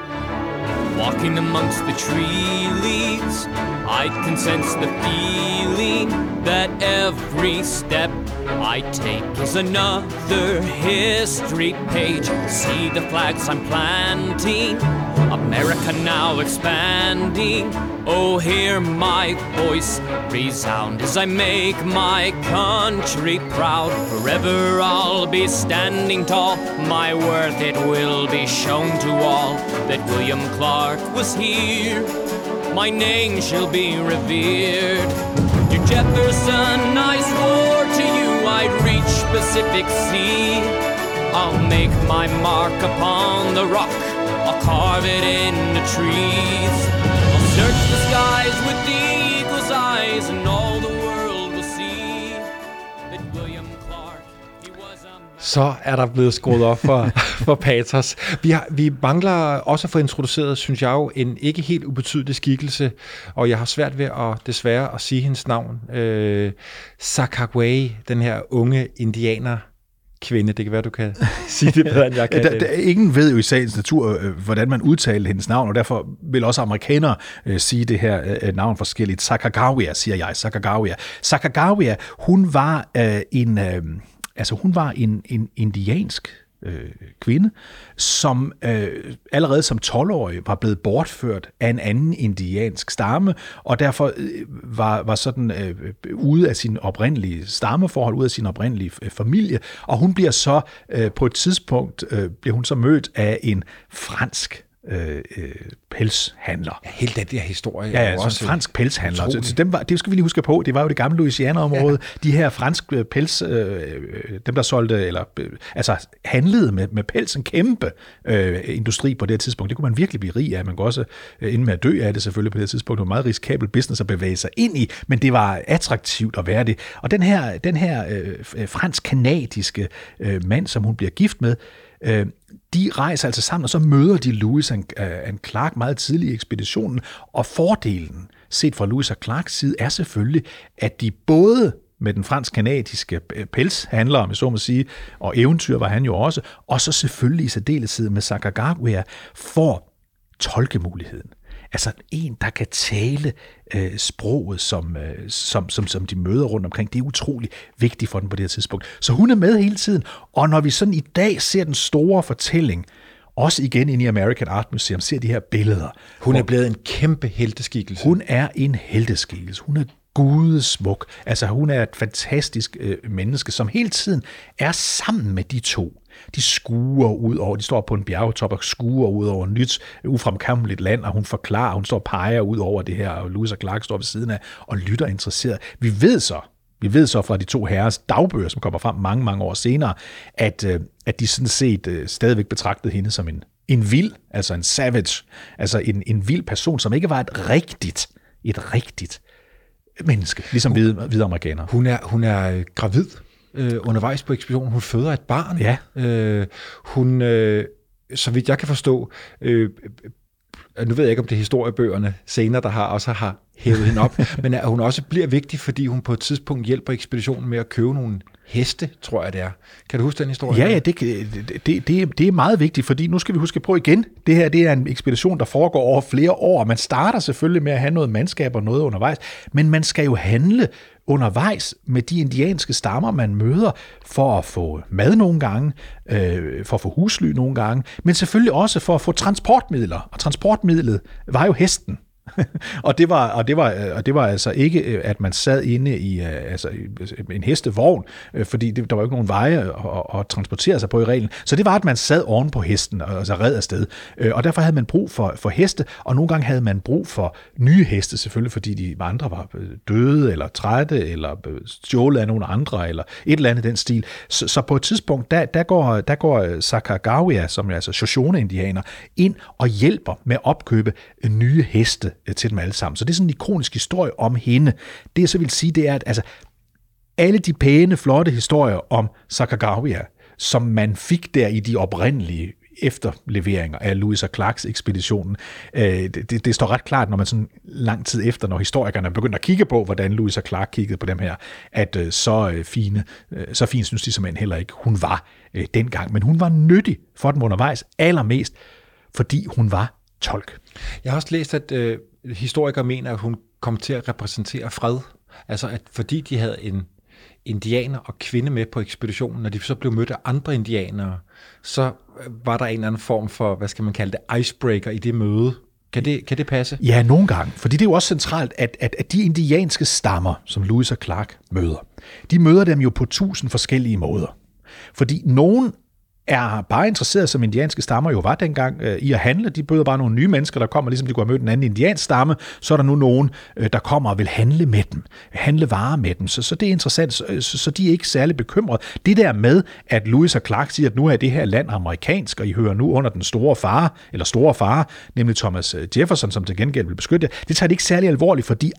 Walking amongst the tree leaves, I can sense the feeling that every step I take is another history page. See the flags I'm planting, America now expanding. Oh, hear my voice resound as I make my country proud. Forever I'll be standing tall, my worth it will be shown to all that William Clark was here. My name shall be revered. To Jefferson I swore to you I'd reach Pacific Sea. I'll make my mark upon the rock, I'll carve it in the trees. I'll search the skies with the eagle's eyes, and all the world will see that William Clark, he was a man. Så er der blevet skruet op for, for patos. Vi, har, vi mangler også at få introduceret, synes jeg jo, en ikke helt ubetydelig skikkelse, og jeg har svært ved at desværre at sige hendes navn. Øh, Sacagawea, den her unge indianer, kvinde. Det kan være, du kan sige det bedre, end jeg kan. Der, der, ingen ved jo i sagens natur, øh, hvordan man udtaler hendes navn, og derfor vil også amerikanere øh, sige det her øh, navn forskelligt. Sacagawea, siger jeg. Sacagawea. Sacagawea, hun var øh, en... Øh, altså, hun var en, en indiansk øh, kvinde, som øh, allerede som tolv-årig var blevet bortført af en anden indiansk stamme, og derfor øh, var, var sådan øh, ude af sin oprindelige stammeforhold, ude af sin oprindelige øh, familie, og hun bliver så øh, på et tidspunkt, øh, bliver hun så mødt af en fransk Øh, øh, pelshandler. Ja, hele den der historie. Ja, ja, også en fransk pelshandler. Så, så dem var, det skal vi lige huske på, det var jo det gamle Louisiana-område. Ja. De her franske pels, øh, dem der solgte, eller øh, altså handlede med, med pels, en kæmpe øh, industri på det tidspunkt. Det kunne man virkelig blive rig af. Man kunne også øh, ende med at dø af det selvfølgelig på det tidspunkt. Det var meget risikabel business at bevæge sig ind i, men det var attraktivt at være det. Og den her, den her øh, fransk-kanadiske øh, mand, som hun bliver gift med, øh, de rejser altså sammen, og så møder de Lewis and, uh, and Clark meget tidligt i ekspeditionen, og fordelen, set fra Lewis og Clarks side, er selvfølgelig, at de både med den fransk-kanadiske pelshandler, om jeg så må sige, og eventyr var han jo også, og så selvfølgelig i særdeleshed med Sacagawea, får tolkemuligheden. Altså en, der kan tale øh, sproget, som, øh, som, som, som de møder rundt omkring. Det er utrolig vigtigt for den på det her tidspunkt. Så hun er med hele tiden. Og når vi sådan i dag ser den store fortælling, også igen inde i American Art Museum, ser de her billeder. Hun er blevet en kæmpe helteskikkelse. Hun er en helteskikkelse. Hun er gudesmuk. Altså hun er et fantastisk øh, menneske, som hele tiden er sammen med de to. De skuer ud over, de står på en bjergetop og skuer ud over et nyt, ufremkommeligt land, og hun forklarer, hun står og peger ud over det her, og Lewis og Clark står ved siden af og lytter interesseret. Vi ved så, Vi ved så fra de to herres dagbøger, som kommer frem mange, mange år senere, at, øh, at de sådan set øh, stadigvæk betragtede hende som en, en vild, altså en savage, altså en, en vild person, som ikke var et rigtigt, et rigtigt menneske, ligesom hvide, hvide amerikanere. Hun er, hun er gravid øh, undervejs på ekspeditionen. Hun føder et barn. Ja. Øh, hun, øh, så vidt jeg kan forstå, øh, nu ved jeg ikke, om det er historiebøgerne senere, der har også har hævet hende op, men at hun også bliver vigtig, fordi hun på et tidspunkt hjælper ekspeditionen med at købe nogle heste, tror jeg det er. Kan du huske den historie? Ja, ja, det, det, det, det er meget vigtigt, fordi nu skal vi huske på igen, det her det er en ekspedition, der foregår over flere år. Man starter selvfølgelig med at have noget mandskab og noget undervejs, men man skal jo handle undervejs med de indianske stammer, man møder, for at få mad nogle gange, øh, for at få husly nogle gange, men selvfølgelig også for at få transportmidler. Og transportmidlet var jo hesten. og, det var, og, det var, og det var altså ikke, at man sad inde i altså, en hestevogn, fordi det, der var ikke nogen veje at, at transportere sig på i reglen. Så det var, at man sad oven på hesten og altså red afsted. Og derfor havde man brug for, for heste, og nogle gange havde man brug for nye heste, selvfølgelig, fordi de andre var døde, eller trætte, eller stjålet af nogle andre, eller et eller andet den stil. Så, så på et tidspunkt, der, der går, der går Sacagawea, som er altså Shoshone-indianer, ind og hjælper med at opkøbe nye heste til dem alle sammen. Så det er sådan en ikonisk historie om hende. Det jeg så vil sige, det er, at altså, alle de pæne, flotte historier om Sacagawea, som man fik der i de oprindelige efterleveringer af Lewis og Clarks ekspeditionen, øh, det, det står ret klart, når man sådan lang tid efter, når historikerne begynder at kigge på, hvordan Lewis og Clark kiggede på dem her, at øh, så øh, fine, øh, så fint synes de simpelthen heller ikke, hun var øh, dengang. Men hun var nyttig for dem undervejs, allermest, fordi hun var tolk. Jeg har også læst, at øh, historikere mener, at hun kom til at repræsentere fred. Altså, at fordi de havde en indianer og kvinde med på ekspeditionen, når de så blev mødt af andre indianere, så var der en eller anden form for, hvad skal man kalde det, icebreaker i det møde. Kan det, kan det passe? Ja, nogle gange. Fordi det er jo også centralt, at, at, at de indianske stammer, som Lewis og Clark møder, de møder dem jo på tusind forskellige måder. Fordi nogen er bare interesseret, som indianske stammer jo var dengang, øh, i at handle. De bøder bare nogle nye mennesker, der kommer, ligesom de kunne have mødt en anden indiansk stamme. Så er der nu nogen, øh, der kommer og vil handle med dem, handle varer med dem. Så, så det er interessant, så, så, så de er ikke særlig bekymrede. Det der med, at Lewis og Clark siger, at nu er det her land amerikansk, og I hører nu under den store far, eller store far, nemlig Thomas Jefferson, som til gengæld vil beskytte det, det tager det ikke særlig alvorligt, fordi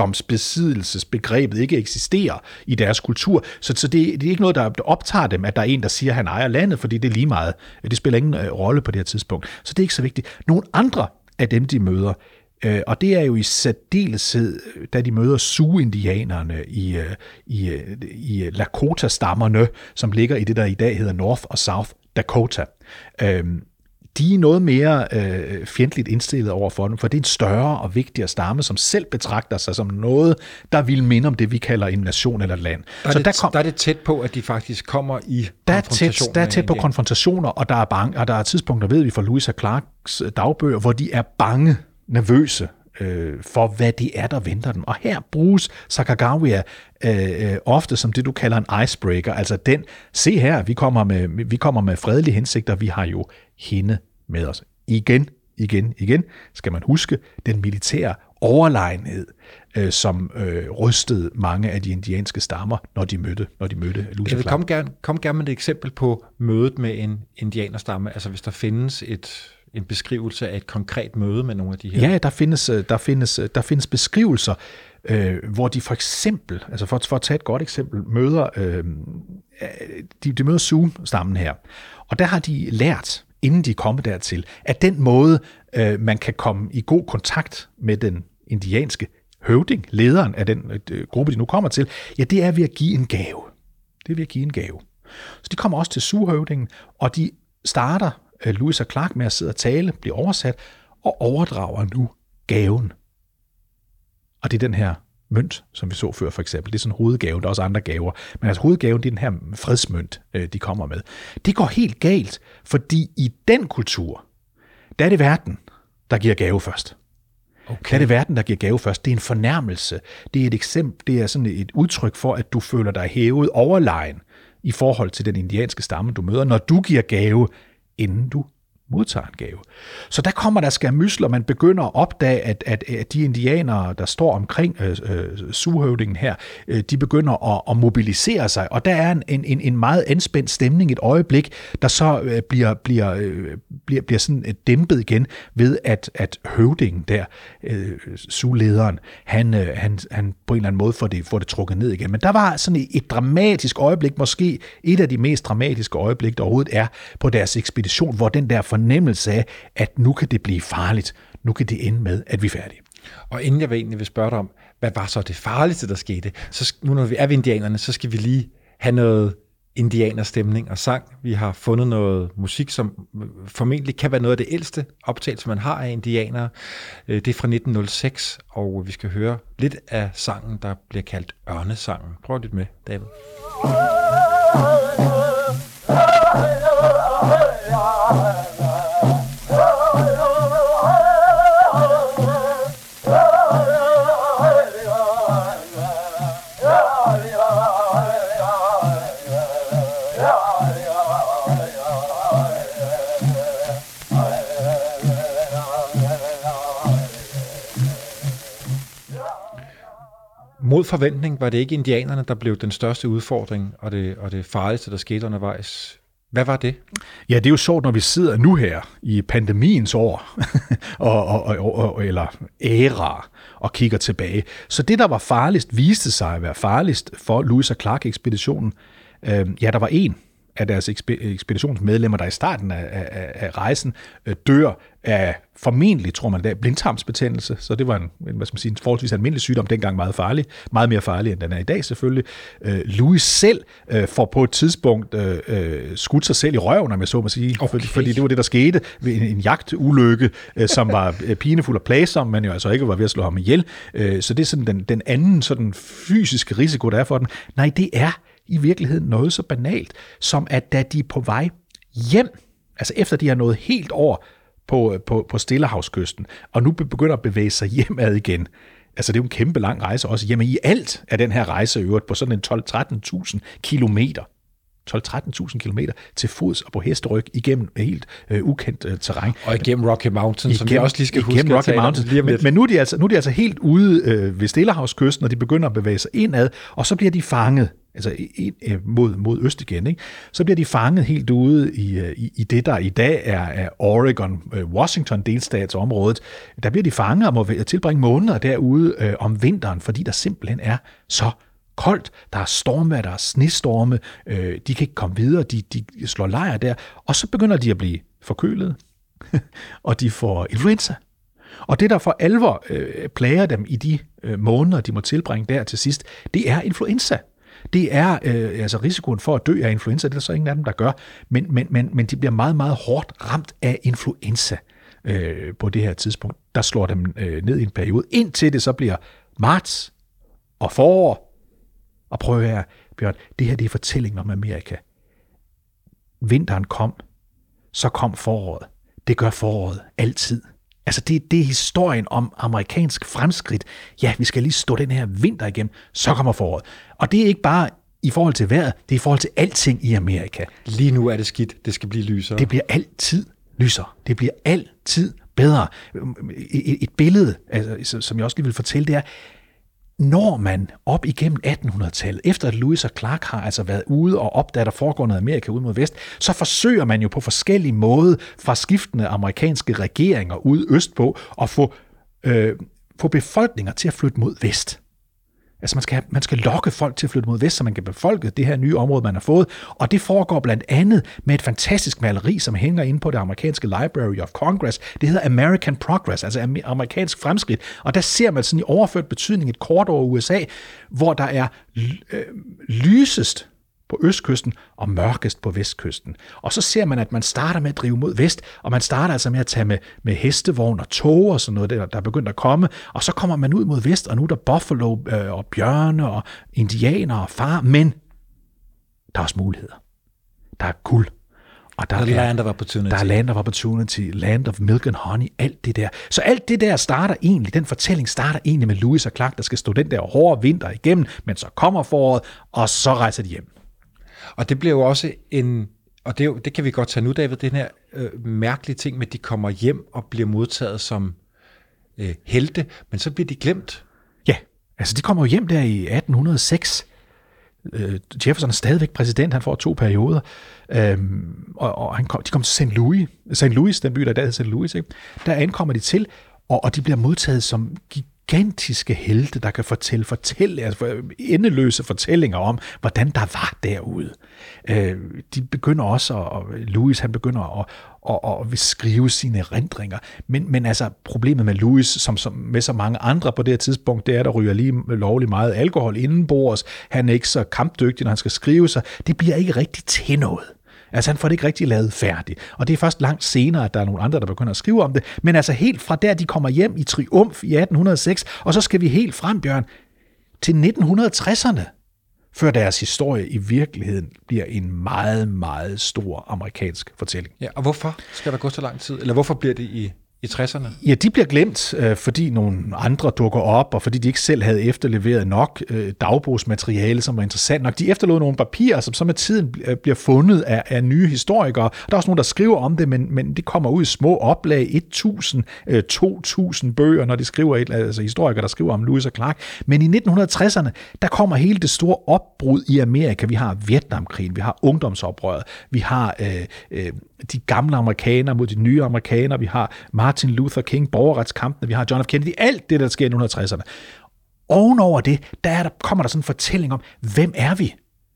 ejendomsbesiddelsesbegrebet ikke eksisterer i deres kultur. Så, så det, det er ikke noget, der optager dem, at der er en, der siger, at han ejer landet, fordi det er lige meget. Det spiller ingen øh, rolle på det her tidspunkt. Så det er ikke så vigtigt. Nogle andre af dem, de møder, øh, og det er jo i særdeleshed, da de møder Sioux-indianerne i, øh, i, øh, i Lakota-stammerne, som ligger i det, der i dag hedder North og South Dakota. Øh, de er noget mere øh, fjendtligt indstillet over for dem, for det er en større og vigtigere stamme, som selv betragter sig som noget, der vil minde om det, vi kalder en nation eller et land. Der er, så det, der, kom, der er det tæt på, at de faktisk kommer i der er tæt, der er tæt på konfrontationer, og der er, bange, og der er tidspunkter, ved vi fra Lewis og Clarks dagbøger, hvor de er bange, nervøse øh, for, hvad det er, der venter dem. Og her bruges Sacagawea øh, øh, ofte som det, du kalder en icebreaker, altså den, se her, vi kommer med, vi kommer med fredelige hensigter, vi har jo hende med os. Igen, igen, igen skal man huske den militære overlegenhed, øh, som øh, rystede mange af de indianske stammer, når de mødte, når de mødte Lewis og Clark. Kom gerne, kom gerne med et eksempel på mødet med en indianerstamme, altså hvis der findes et, en beskrivelse af et konkret møde med nogle af de her. Ja, der findes, der findes, der findes beskrivelser, øh, hvor de for eksempel, altså for, for at tage et godt eksempel, møder, øh, de, de møder Sioux-stammen her, og der har de lært, inden de er kommet dertil, at den måde, øh, man kan komme i god kontakt med den indianske høvding, lederen af den øh, gruppe, de nu kommer til, ja, det er ved at give en gave. Det er ved at give en gave. Så de kommer også til Sioux-høvdingen, og de starter øh, Lewis og Clark med at sidde og tale, bliver oversat, og overdrager nu gaven. Og det er den her mønt, som vi så før for eksempel. Det er sådan en hovedgave, der er også andre gaver. Men altså hovedgaven, det er den her fredsmønt, de kommer med. Det går helt galt, fordi i den kultur, der er det verden, der giver gave først. Okay. Der er det verden, der giver gave først. Det er en fornærmelse. Det er et eksempel, det er sådan et udtryk for, at du føler dig hævet overlegen i forhold til den indianske stamme, du møder, når du giver gave, inden du modtager en gave. Så der kommer der skærmysler, man begynder at opdage, at, at, at de indianere, der står omkring øh, øh, Sioux-høvdingen her, øh, de begynder at, at mobilisere sig, og der er en, en, en meget anspændt stemning et øjeblik, der så øh, bliver, bliver, øh, bliver, bliver sådan øh, dæmpet igen ved, at, at høvdingen der, øh, Sioux-lederen, han, øh, han, han på en eller anden måde får det, får det trukket ned igen. Men der var sådan et, et dramatisk øjeblik, måske et af de mest dramatiske øjeblik, der overhovedet er på deres ekspedition, hvor den der fornemmelse af, at nu kan det blive farligt. Nu kan det ende med, at vi er færdige. Og inden jeg vil egentlig vil spørge dig om, hvad var så det farligste, der skete? Så nu når vi er ved indianerne, så skal vi lige have noget indianerstemning og sang. Vi har fundet noget musik, som formentlig kan være noget af det ældste optagelse, man har af indianere. Det er fra nitten nul seks, og vi skal høre lidt af sangen, der bliver kaldt Ørnesangen. Prøv lidt med, David. Mod forventning var det ikke indianerne, der blev den største udfordring, og det, og det farligste, der skete undervejs. Hvad var det? Ja, det er jo sjovt, når vi sidder nu her i pandemiens år, og, og, og, og, eller æra, og kigger tilbage. Så det, der var farligst, viste sig at være farligst for Lewis og Clark-ekspeditionen. Øh, ja, der var en af deres ekspeditionsmedlemmer, der i starten af, af, af rejsen øh, dør af formentlig, tror man, der blindtarmsbetændelse. Så det var en, hvad skal man sige, en forholdsvis almindelig sygdom, dengang meget farlig. Meget mere farlig, end den er i dag selvfølgelig. Øh, Lewis selv øh, får på et tidspunkt øh, skudt sig selv i røven, om jeg så må sige. Okay. Fordi, fordi det var det, der skete ved en, en jagtulykke, øh, som var pinefuld og plagsom, men jo altså ikke var ved at slå ham ihjel. Øh, så det er sådan den, den anden sådan fysiske risiko, der er for den. Nej, det er i virkeligheden noget så banalt, som at da de er på vej hjem, altså efter de har nået helt over på, på, på Stillehavskysten, og nu begynder at bevæge sig hjemad igen. Altså det er jo en kæmpe lang rejse også hjemme i alt af den her rejse øvrigt på sådan en tolv til tretten tusind kilometer. tolv til tretten tusind kilometer til fods og på hesteryg igennem helt øh, ukendt øh, terræn. Og igennem Rocky Mountains, som vi også lige skal huske Rocky Mountains. Men, men nu er de altså, nu er de altså helt ude øh, ved Stillehavskysten, og de begynder at bevæge sig indad, og så bliver de fanget, altså mod, mod øst igen, ikke? Så bliver de fanget helt ude i, i, i det, der i dag er, er Oregon-Washington-delstatsområdet. Der bliver de fanget og må tilbringe måneder derude øh, om vinteren, fordi der simpelthen er så koldt. Der er storme, der er snestorme, øh, de kan ikke komme videre, de, de slår lejr der, og så begynder de at blive forkølet, og de får influenza. Og det, der for alvor øh, plager dem i de øh, måneder, de må tilbringe der til sidst, det er influenza. Det er øh, altså risikoen for at dø af influenza, det er der så ingen af dem, der gør, men, men, men, men de bliver meget, meget hårdt ramt af influenza øh, på det her tidspunkt. Der slår dem øh, ned i en periode, indtil det så bliver marts og forår. Og prøv at høre, Bjørn, det her det er fortællingen om Amerika. Vinteren kom, så kom foråret. Det gør foråret altid. Altså det, det er historien om amerikansk fremskridt. Ja, vi skal lige stå den her vinter igennem, så kommer foråret. Og det er ikke bare i forhold til vejret, det er i forhold til alting i Amerika. Lige nu er det skidt, det skal blive lysere. Det bliver altid lysere. Det bliver altid bedre. Et, et billede, altså, som jeg også lige vil fortælle, det er, når man op igennem attenhundredetallet, efter at Lewis og Clark har altså været ude og opdaget, at der foregår noget Amerika ud mod vest, så forsøger man jo på forskellige måder fra skiftende amerikanske regeringer ude østpå at få, øh, få befolkninger til at flytte mod vest. Altså man skal, man skal lokke folk til at flytte mod vest, så man kan befolke det her nye område, man har fået. Og det foregår blandt andet med et fantastisk maleri, som hænger inde på det amerikanske Library of Congress. Det hedder American Progress, altså amerikansk fremskridt. Og der ser man sådan i overført betydning et kort over U S A, hvor der er øh, lysest på østkysten og mørkest på vestkysten. Og så ser man, at man starter med at drive mod vest, og man starter altså med at tage med, med hestevogn og tog og sådan noget, der, der er begyndt at komme, og så kommer man ud mod vest, og nu er der buffalo øh, og bjørne og indianer og far, men der er også muligheder. Der er guld. Og der, der er land of opportunity. Der er land of opportunity, land of milk and honey, alt det der. Så alt det der starter egentlig, den fortælling starter egentlig med Lewis og Clark, der skal stå den der hårde vinter igennem, men så kommer foråret, og så rejser de hjem. Og det bliver jo også en og det, det kan vi godt tage nu, David, den her øh, mærkelige ting med, at de kommer hjem og bliver modtaget som øh, helte, men så bliver de glemt. Ja, altså de kommer jo hjem der i atten hundrede og seks. Øh, Jefferson er stadigvæk præsident, han får to perioder, øhm, og, og han kom, de kom til Saint Louis, Saint Louis, den by, der i dag hedder Saint Louis, ikke? Der ankommer de til, og, og de bliver modtaget som gigantiske helte, der kan fortælle, fortælle altså endeløse fortællinger om, hvordan der var derude. Øh, de begynder også, og Louis han begynder at, at, at, at skrive sine erindringer, men, men altså problemet med Louis, som, som med så mange andre på det her tidspunkt, det er, der ryger lige lovlig meget alkohol indenbords, han er ikke så kampdygtig, når han skal skrive sig, det bliver ikke rigtig til noget. Altså han får det ikke rigtig lavet færdigt. Og det er først langt senere, at der er nogle andre, der begynder at skrive om det. Men altså helt fra der, de kommer hjem i triumf i atten hundrede og seks, og så skal vi helt frem, Bjørn, til nitten tresserne, før deres historie i virkeligheden bliver en meget, meget stor amerikansk fortælling. Ja, og hvorfor skal der gå så lang tid? Eller hvorfor bliver det i... I tresserne? Ja, de bliver glemt, øh, fordi nogle andre dukker op, og fordi de ikke selv havde efterleveret nok øh, dagbogsmateriale, som var interessant nok. De efterlod nogle papirer, som så med tiden bliver fundet af, af nye historikere. Der er også nogen, der skriver om det, men, men det kommer ud i små oplag, tusind, to tusind bøger, når de skriver, et, altså historikere, der skriver om Lewis og Clark. Men i nitten tresserne, der kommer hele det store opbrud i Amerika. Vi har Vietnamkrigen, vi har ungdomsoprøret, vi har øh, øh, de gamle amerikanere mod de nye amerikanere, vi har Martin Luther King, borgerretskampene, vi har John F. Kennedy, alt det, der sker i nitten tresserne. Ovenover det, der, er der kommer der sådan en fortælling om, hvem er vi?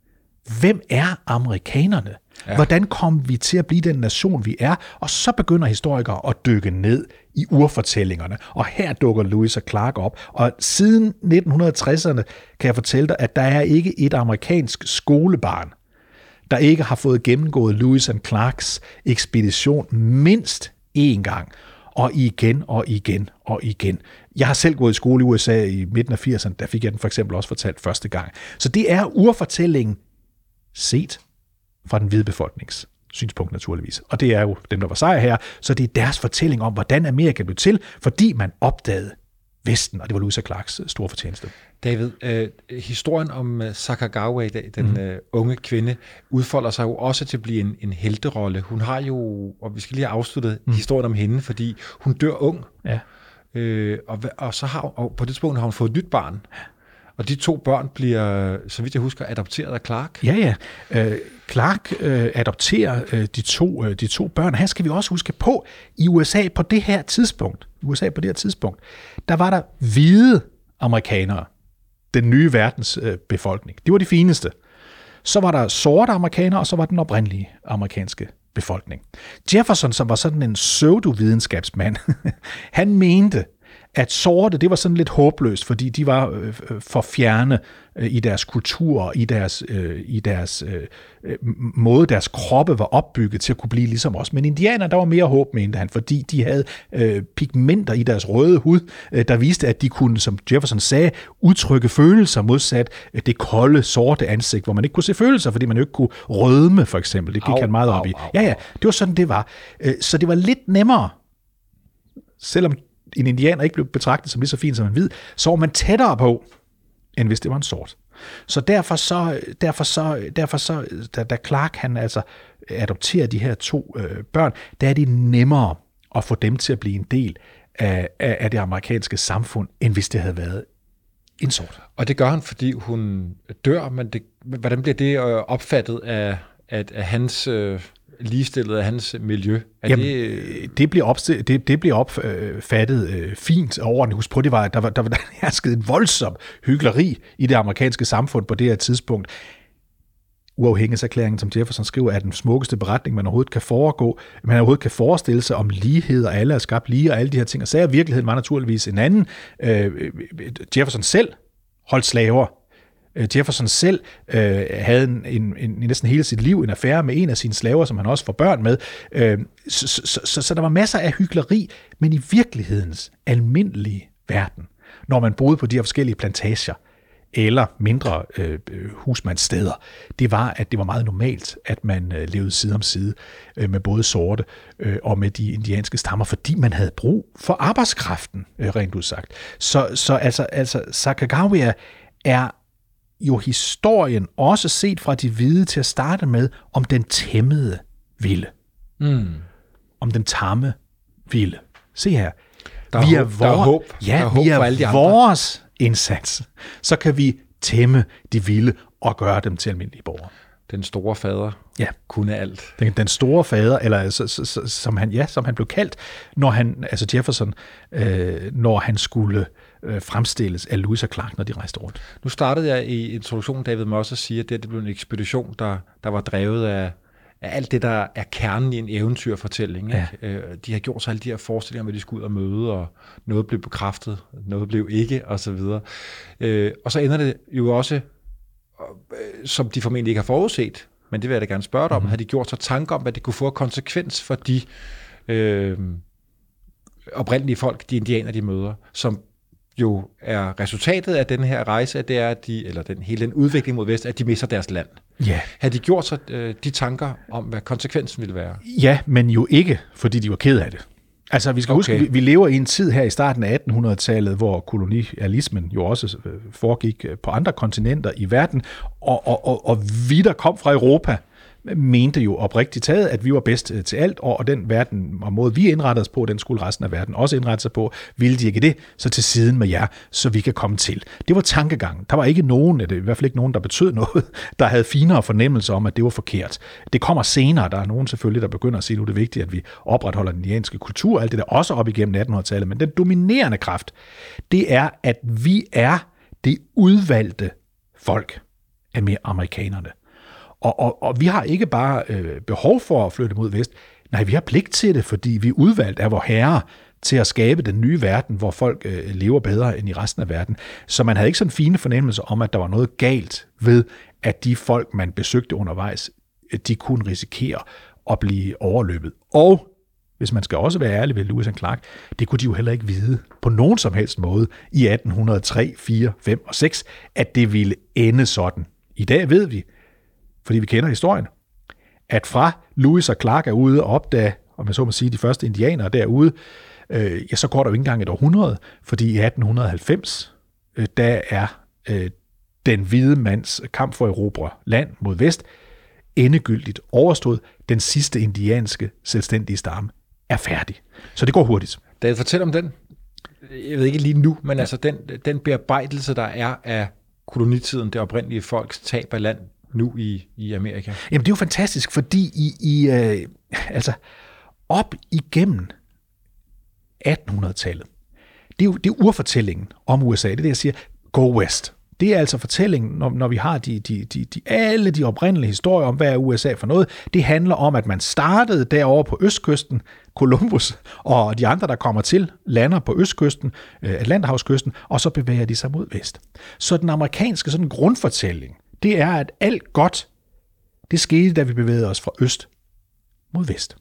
Hvem er amerikanerne? Ja. Hvordan kom vi til at blive den nation, vi er? Og så begynder historikere at dykke ned i urfortællingerne. Og her dukker Lewis og Clark op. Og siden nitten tresserne kan jeg fortælle dig, at der er ikke et amerikansk skolebarn, der ikke har fået gennemgået Lewis and Clarks ekspedition mindst én gang, og igen og igen og igen. Jeg har selv gået i skole i U S A i midten af firserne, der fik jeg den for eksempel også fortalt første gang. Så det er urfortællingen set fra den hvide befolknings synspunkt naturligvis. Og det er jo dem, der var sejr her, så det er deres fortælling om, hvordan Amerika blev til, fordi man opdagede Vesten, og det var Lewis og Clarks store fortjeneste. David, øh, historien om uh, Sacagawea, den mm. uh, unge kvinde, udfolder sig jo også til at blive en, en helterolle. Hun har jo, og vi skal lige have afsluttet mm. historien om hende, fordi hun dør ung, ja. øh, og, og, så har, og på det tidspunkt har hun fået et nyt barn. Og de to børn bliver, så vidt jeg husker, adopteret af Clark. Ja, ja. Øh, Clark øh, adopterer øh, de, to, øh, de to børn. Her skal vi også huske på, i U S A på det her tidspunkt, U S A på det her tidspunkt, der var der hvide amerikanere, den nye verdens øh, befolkning. De var de fineste. Så var der sorte amerikanere, og så var den oprindelige amerikanske befolkning. Jefferson, som var sådan en pseudovidenskabsmand, han mente, at sorte, det var sådan lidt håbløst, fordi de var øh, for fjerne øh, i deres kultur, i deres, øh, i deres øh, måde, deres kroppe var opbygget til at kunne blive ligesom os. Men indianer, der var mere håb, mente han, fordi de havde øh, pigmenter i deres røde hud, øh, der viste, at de kunne, som Jefferson sagde, udtrykke følelser modsat øh, det kolde, sorte ansigt, hvor man ikke kunne se følelser, fordi man jo ikke kunne rødme, for eksempel. Det gik au, han meget op au, i. Au, ja, ja, det var sådan, det var. Øh, så det var lidt nemmere, selvom en indianer ikke blev betragtet som lige så fin som en hvid, så var man tættere på, end hvis det var en sort. Så derfor så, derfor så, derfor så da, da Clark han altså adopterer de her to øh, børn, der er det nemmere at få dem til at blive en del af, af, af det amerikanske samfund, end hvis det havde været en sort. Og det gør han, fordi hun dør, men det, hvordan bliver det opfattet af, af, af hans... Øh ligestillet af hans miljø? Er Jamen, det... Det, bliver opstillet, det, det bliver opfattet øh, fint og ordentligt. Husk på, det var, der var der var der hersket en voldsom hykleri i det amerikanske samfund på det her tidspunkt. Uafhængighedserklæringen, som Jefferson skriver, er den smukkeste beretning, man overhovedet kan foregå. Man overhovedet kan forestille sig om lighed, og alle er skabt lige, og alle de her ting. Og så er virkeligheden var naturligvis en anden. Øh, Jefferson selv holdt slaver. Jefferson selv øh, havde en, en, en, næsten hele sit liv en affære med en af sine slaver, som han også får børn med. Øh, så, så, så, så der var masser af hykleri, men i virkelighedens almindelige verden, når man boede på de her forskellige plantager, eller mindre øh, husmandssteder, det var, at det var meget normalt, at man øh, levede side om side øh, med både sorte øh, og med de indianske stammer, fordi man havde brug for arbejdskraften, øh, rent udsagt. Så, så altså, altså Sacagawea er jo historien, også set fra de hvide til at starte med, om den tæmmede vilde. Mm. Om den tamme vilde. Se her. Der er, via håb, der er håb. Ja, der er håb via for alle de andre. vores indsats, så kan vi tæmme de vilde og gøre dem til almindelige borgere. Den store fader Ja. kunne alt. Den, den store fader, eller så, så, så, som han ja, som han blev kaldt, når han, altså Jefferson, øh, når han skulle øh, fremstilles af Lewis og Clark, når de rejste rundt. Nu startede jeg i introduktionen, David Moss, at sige, at det, det blev en ekspedition, der, der var drevet af, af alt det, der er kernen i en eventyrfortælling. Ja. Ikke? De har gjort sig alle de her forestillinger, hvor de skulle ud og møde, og noget blev bekræftet, noget blev ikke, og så videre. Øh, og så ender det jo også, som de formentlig ikke har forudset, men det vil jeg da gerne spørge dig om, mm-hmm. har de gjort sig tanker om, hvad det kunne få konsekvens for de øh, oprindelige folk, de indianer, de møder, som jo er resultatet af den her rejse, at det er, at de, eller den hele den udvikling mod vest, at de mister deres land. Ja. Har de gjort sig øh, de tanker om, hvad konsekvensen ville være? Ja, men jo ikke, fordi de var ked af det. Altså, vi skal okay. huske, vi, vi lever i en tid her i starten af attenhundredetallet, hvor kolonialismen jo også foregik på andre kontinenter i verden, og, og, og, og vi, der kom fra Europa, mente jo oprigtigt taget, at vi var bedst til alt, og den verden og måde, vi indrettede os på, den skulle resten af verden også indrette sig på. Ville de ikke det, så til siden med jer, så vi kan komme til. Det var tankegangen. Der var ikke nogen, eller i hvert fald ikke nogen, der betød noget, der havde finere fornemmelse om, at det var forkert. Det kommer senere. Der er nogen selvfølgelig, der begynder at sige, nu er det vigtigt, at vi opretholder den indianske kultur, alt det der også op igennem attenhundredetallet, men den dominerende kraft, det er, at vi er det udvalgte folk af mere amerikanerne. Og, og, og vi har ikke bare øh, behov for at flytte mod vest. Nej, vi har pligt til det, fordi vi er udvalgt af vor herre til at skabe den nye verden, hvor folk øh, lever bedre end i resten af verden. Så man havde ikke sådan fine fornemmelser om, at der var noget galt ved, at de folk, man besøgte undervejs, de kunne risikere at blive overløbet. Og hvis man skal også være ærlig ved Lewis og Clark, det kunne de jo heller ikke vide på nogen som helst måde i atten hundrede og tre, fire, fem og seks, at det ville ende sådan. I dag ved vi, fordi vi kender historien, at fra Lewis og Clark er ude og opdage, om jeg så må sige, de første indianere derude, øh, ja, så går der jo ikke engang et århundrede, fordi i atten halvfems, øh, der er øh, den hvide mands kamp for at erobre land mod vest endegyldigt overstået. Den sidste indianske selvstændige stamme er færdig. Så det går hurtigt. Da jeg fortæller om den, jeg ved ikke lige nu, men ja. altså den, den bearbejdelse, der er af kolonitiden, det oprindelige folks tab af land, nu i, i Amerika. Jamen, det er jo fantastisk, fordi i, i øh, altså, op igennem attenhundredetallet, det er jo det er urfortællingen om U S A, det er det, jeg siger, go west. Det er altså fortællingen, når, når vi har de, de, de, de, alle de oprindelige historier om, hvad er U S A for noget. Det handler om, at man startede derovre på østkysten, Columbus og de andre, der kommer til, lander på østkysten, Atlanterhavskysten, og så bevæger de sig mod vest. Så den amerikanske sådan grundfortælling, det er, at alt godt, det skete, da vi bevægede os fra øst mod vest.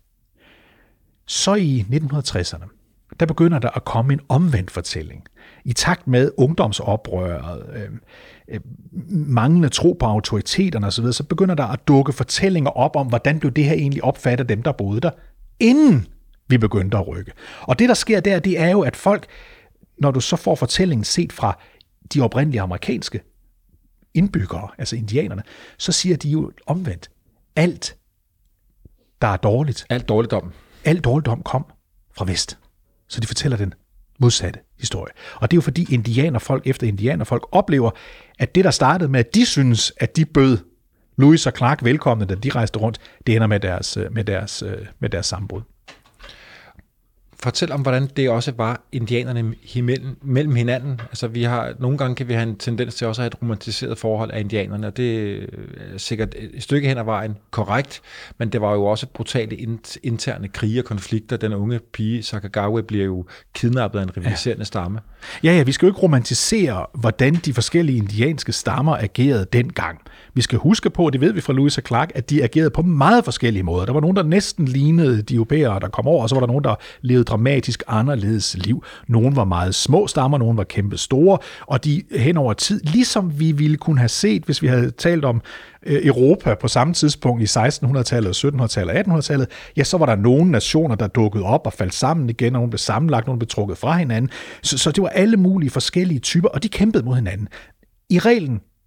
Så i nitten tresserne, der begynder der at komme en omvendt fortælling. I takt med ungdomsoprøret, øh, øh, manglende tro på autoriteterne osv., så begynder der at dukke fortællinger op om, hvordan blev det her egentlig opfattet af dem, der boede der, inden vi begyndte at rykke. Og det, der sker der, det er jo, at folk, når du så får fortællingen set fra de oprindelige amerikanske indbyggere, altså indianerne, så siger de jo omvendt, alt, der er dårligt, Alt dårligdom. alt dårligdom kom fra vest. Så de fortæller den modsatte historie. Og det er jo fordi indianerfolk efter indianerfolk oplever, at det, der startede med, at de synes, at de bød Lewis og Clark velkomne, da de rejste rundt, det ender med deres, med deres, med deres sammenbrud. Fortæl om, hvordan det også var indianerne imellem, mellem hinanden. Altså, vi har, nogle gange kan vi have en tendens til også at have et romantiseret forhold af indianerne, og det er sikkert et stykke hen ad vejen korrekt, men det var jo også brutale interne krige og konflikter. Den unge pige, Sacagawea, bliver jo kidnappet af en rivaliserende ja. stamme. Ja, ja, vi skal jo ikke romantisere, hvordan de forskellige indianske stammer agerede dengang. Vi skal huske på, det ved vi fra Lewis og Clark, at de agerede på meget forskellige måder. Der var nogen, der næsten lignede de europæere, der kom over, og så var der nogen, der levede dramatisk anderledes liv. Nogle var meget små stammer, nogle var kæmpe store, og de hen over tid, ligesom vi ville kunne have set, hvis vi havde talt om øh, Europa på samme tidspunkt i sekstenhundredetallet, syttenhundredetallet og attenhundredetallet, ja, så var der nogle nationer, der dukkede op og faldt sammen igen, og nogle blev sammenlagt, nogle blev trukket fra hinanden. Så, så det var alle mulige forskellige typer, og de kæmpede mod hinanden. I reglen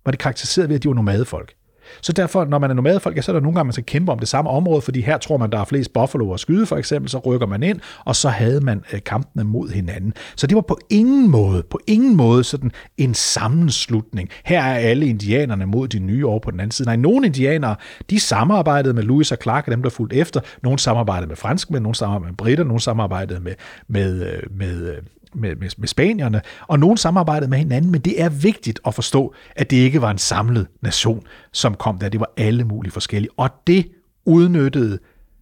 var det karakteriseret ved, at de var nomadefolk. Så derfor, når man er nomadefolk, ja, så er der nogle gange, man skal kæmpe om det samme område, fordi her tror man, der er flest buffalo at skyde, for eksempel, så rykker man ind, og så havde man øh, kampene mod hinanden. Så det var på ingen måde, på ingen måde sådan en sammenslutning. Her er alle indianerne mod de nye over på den anden side. Nej, nogle indianere, de samarbejdede med Lewis og Clark, og dem, der fulgte efter. Nogle samarbejdede med franskmænd, nogle samarbejdede med britter, nogle samarbejdede med, med, med, med, med, med spanierne, og nogle samarbejdede med hinanden, men det er vigtigt at forstå, at det ikke var en samlet nation, som kom der. Det var alle mulige forskellige, og det udnyttede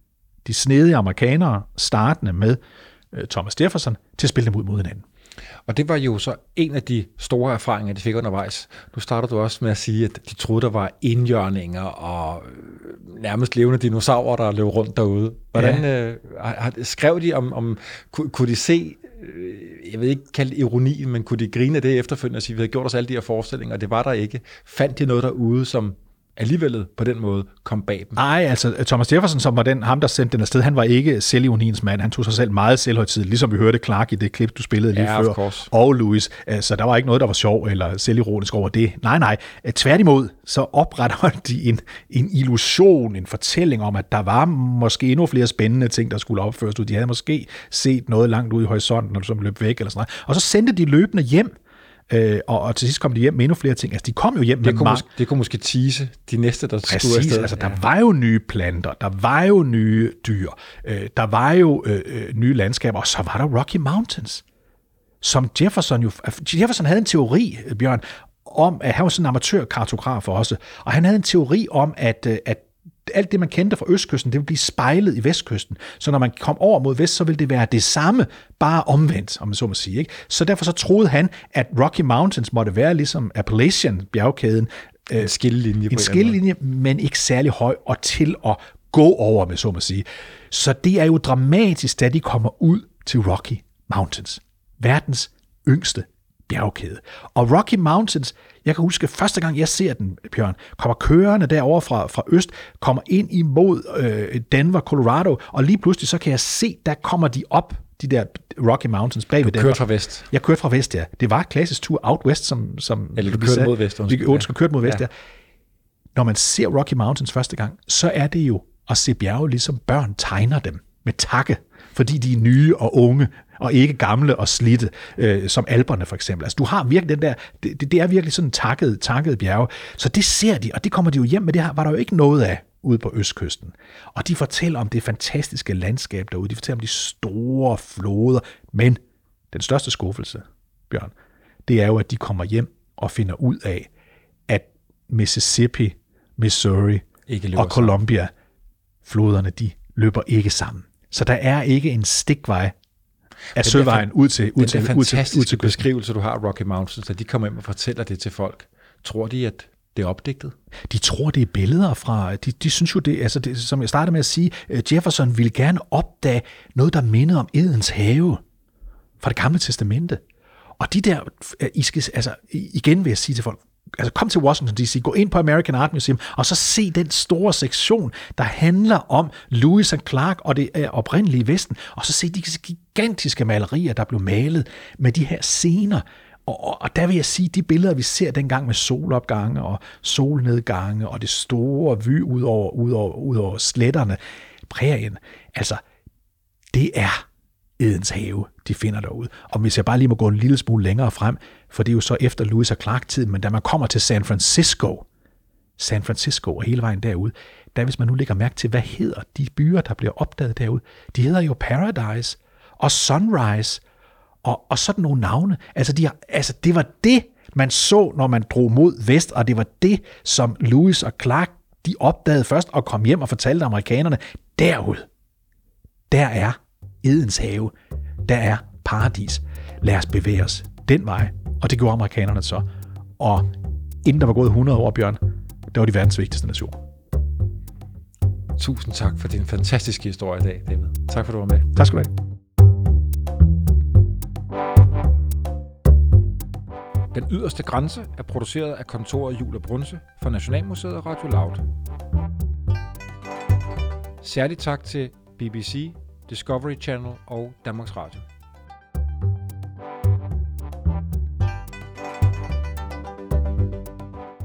de snedige amerikanere, startende med uh, Thomas Jefferson, til at spille dem ud mod hinanden. Og det var jo så en af de store erfaringer, de fik undervejs. Nu starter du også med at sige, at de troede, der var indjørninger og nærmest levende dinosaurer, der løb rundt derude. Hvordan ja. øh, har, skrev de om, om kunne, kunne de se, øh, jeg ved ikke kalde ironi, men kunne de grine af det efterfølgende og sige, vi havde gjort os alle de her forestillinger, og det var der ikke. Fandt de noget derude, som alligevel på den måde kom bag dem? Nej, altså Thomas Jefferson, som var den, ham, der sendte den afsted, han var ikke selvironiens mand. Han tog sig selv meget selvhøjtidigt, ligesom vi hørte Clark i det klip, du spillede lige ja, før. Og Lewis. Så der var ikke noget, der var sjov eller selvironisk over det. Nej, nej. Tværtimod, så opretter de en, en illusion, en fortælling om, at der var måske endnu flere spændende ting, der skulle opføres. De havde måske set noget langt ud i horisonten, når du så løb væk eller sådan noget. Og så sendte de løbende hjem. Øh, og, og til sidst kom de hjem med endnu flere ting. Altså, de kom jo hjem det med kunne, mange... måske, det kunne måske tease de næste, der Præcis, skulle afsted. altså, der ja. var jo nye planter, der var jo nye dyr, øh, der var jo øh, nye landskaber, og så var der Rocky Mountains, som Jefferson jo... Jefferson havde en teori, Bjørn, om, at han var sådan en amatørkartograf også, og han havde en teori om, at, at alt det, man kendte fra østkysten, det ville blive spejlet i vestkysten. Så når man kom over mod vest, så ville det være det samme, bare omvendt, om man så må sige. Ikke? Så derfor så troede han, at Rocky Mountains måtte være ligesom Appalachian-bjergkæden. En skillelinje. En skillelinje, men ikke særlig høj, og til at gå over, med så må sige. Så det er jo dramatisk, da de kommer ud til Rocky Mountains. Verdens yngste bjergkæde. Og Rocky Mountains, jeg kan huske, første gang jeg ser den, Bjørn, kommer kørende derover fra, fra øst, kommer ind imod øh, Denver, Colorado, og lige pludselig så kan jeg se, der kommer de op, de der Rocky Mountains bagved Denver. Du kørte fra vest. Jeg kørte fra vest, ja. Det var et klassisk tur out west, som... som Eller du kørte sagde. mod vest. Vi undskyld, kørte mod vest, ja. ja. Når man ser Rocky Mountains første gang, så er det jo at se bjerge, ligesom børn tegner dem med takke, fordi de er nye og unge, og ikke gamle og slidte, øh, som Alperne for eksempel. Altså, du har virkelig den der, det, det er virkelig sådan takket, takket bjerge. Så det ser de, og det kommer de jo hjem med. Det her var der jo ikke noget af ude på østkysten. Og de fortæller om det fantastiske landskab derude. De fortæller om de store floder. Men den største skuffelse, Bjørn, det er jo, at de kommer hjem og finder ud af, at Mississippi, Missouri og Columbia, floderne, de løber ikke sammen. Så der er ikke en stikvej af søvejen ud til ud til den ud til fantastiske ud til beskrivelse, du har af Rocky Mountains, at de kommer hjem og fortæller det til folk. Tror de, at det er opdigtet? De tror, det er billeder fra... De, de synes jo, det, altså det, som jeg startede med at sige, Jefferson ville gerne opdage noget, der mindede om Edens have fra det gamle testamente. Og de der... I skal, altså, igen vil jeg sige til folk, altså kom til Washington D C, gå ind på American Art Museum, og så se den store sektion, der handler om Lewis and Clark og det oprindelige Vesten, og så se de gigantiske malerier, der blev malet med de her scener. Og, og, og der vil jeg sige, de billeder, vi ser dengang med solopgange og solnedgange, og det store vy ud over, ud over, ud over sletterne, prærien, altså, det er Edens have, de finder derude. Og hvis jeg bare lige må gå en lille smule længere frem, for det er jo så efter Lewis og Clark-tiden, men da man kommer til San Francisco, San Francisco og hele vejen derude, der hvis man nu lægger mærke til, hvad hedder de byer, der bliver opdaget derude, de hedder jo Paradise og Sunrise og, og sådan nogle navne. Altså, de har, altså, det var det, man så, når man drog mod vest, og det var det, som Lewis og Clark, de opdagede først og kom hjem og fortalte amerikanerne, derude, der er Edens have, der er paradis. Lad os bevæge os den vej. Og det gjorde amerikanerne så. Og inden der var gået hundrede år, Bjørn, der var de verdens vigtigste nation. Tusind tak for din fantastiske historie i dag, David. Tak for, at du var med. Tak skal du have. Den yderste grænse er produceret af kontoret Juel og Brunse for Nationalmuseet og Radio Loud. Særligt tak til B B C, Discovery Channel og Danmarks Radio.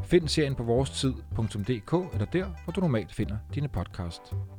Find serien på vorestid punktum d k eller der, hvor du normalt finder dine podcast.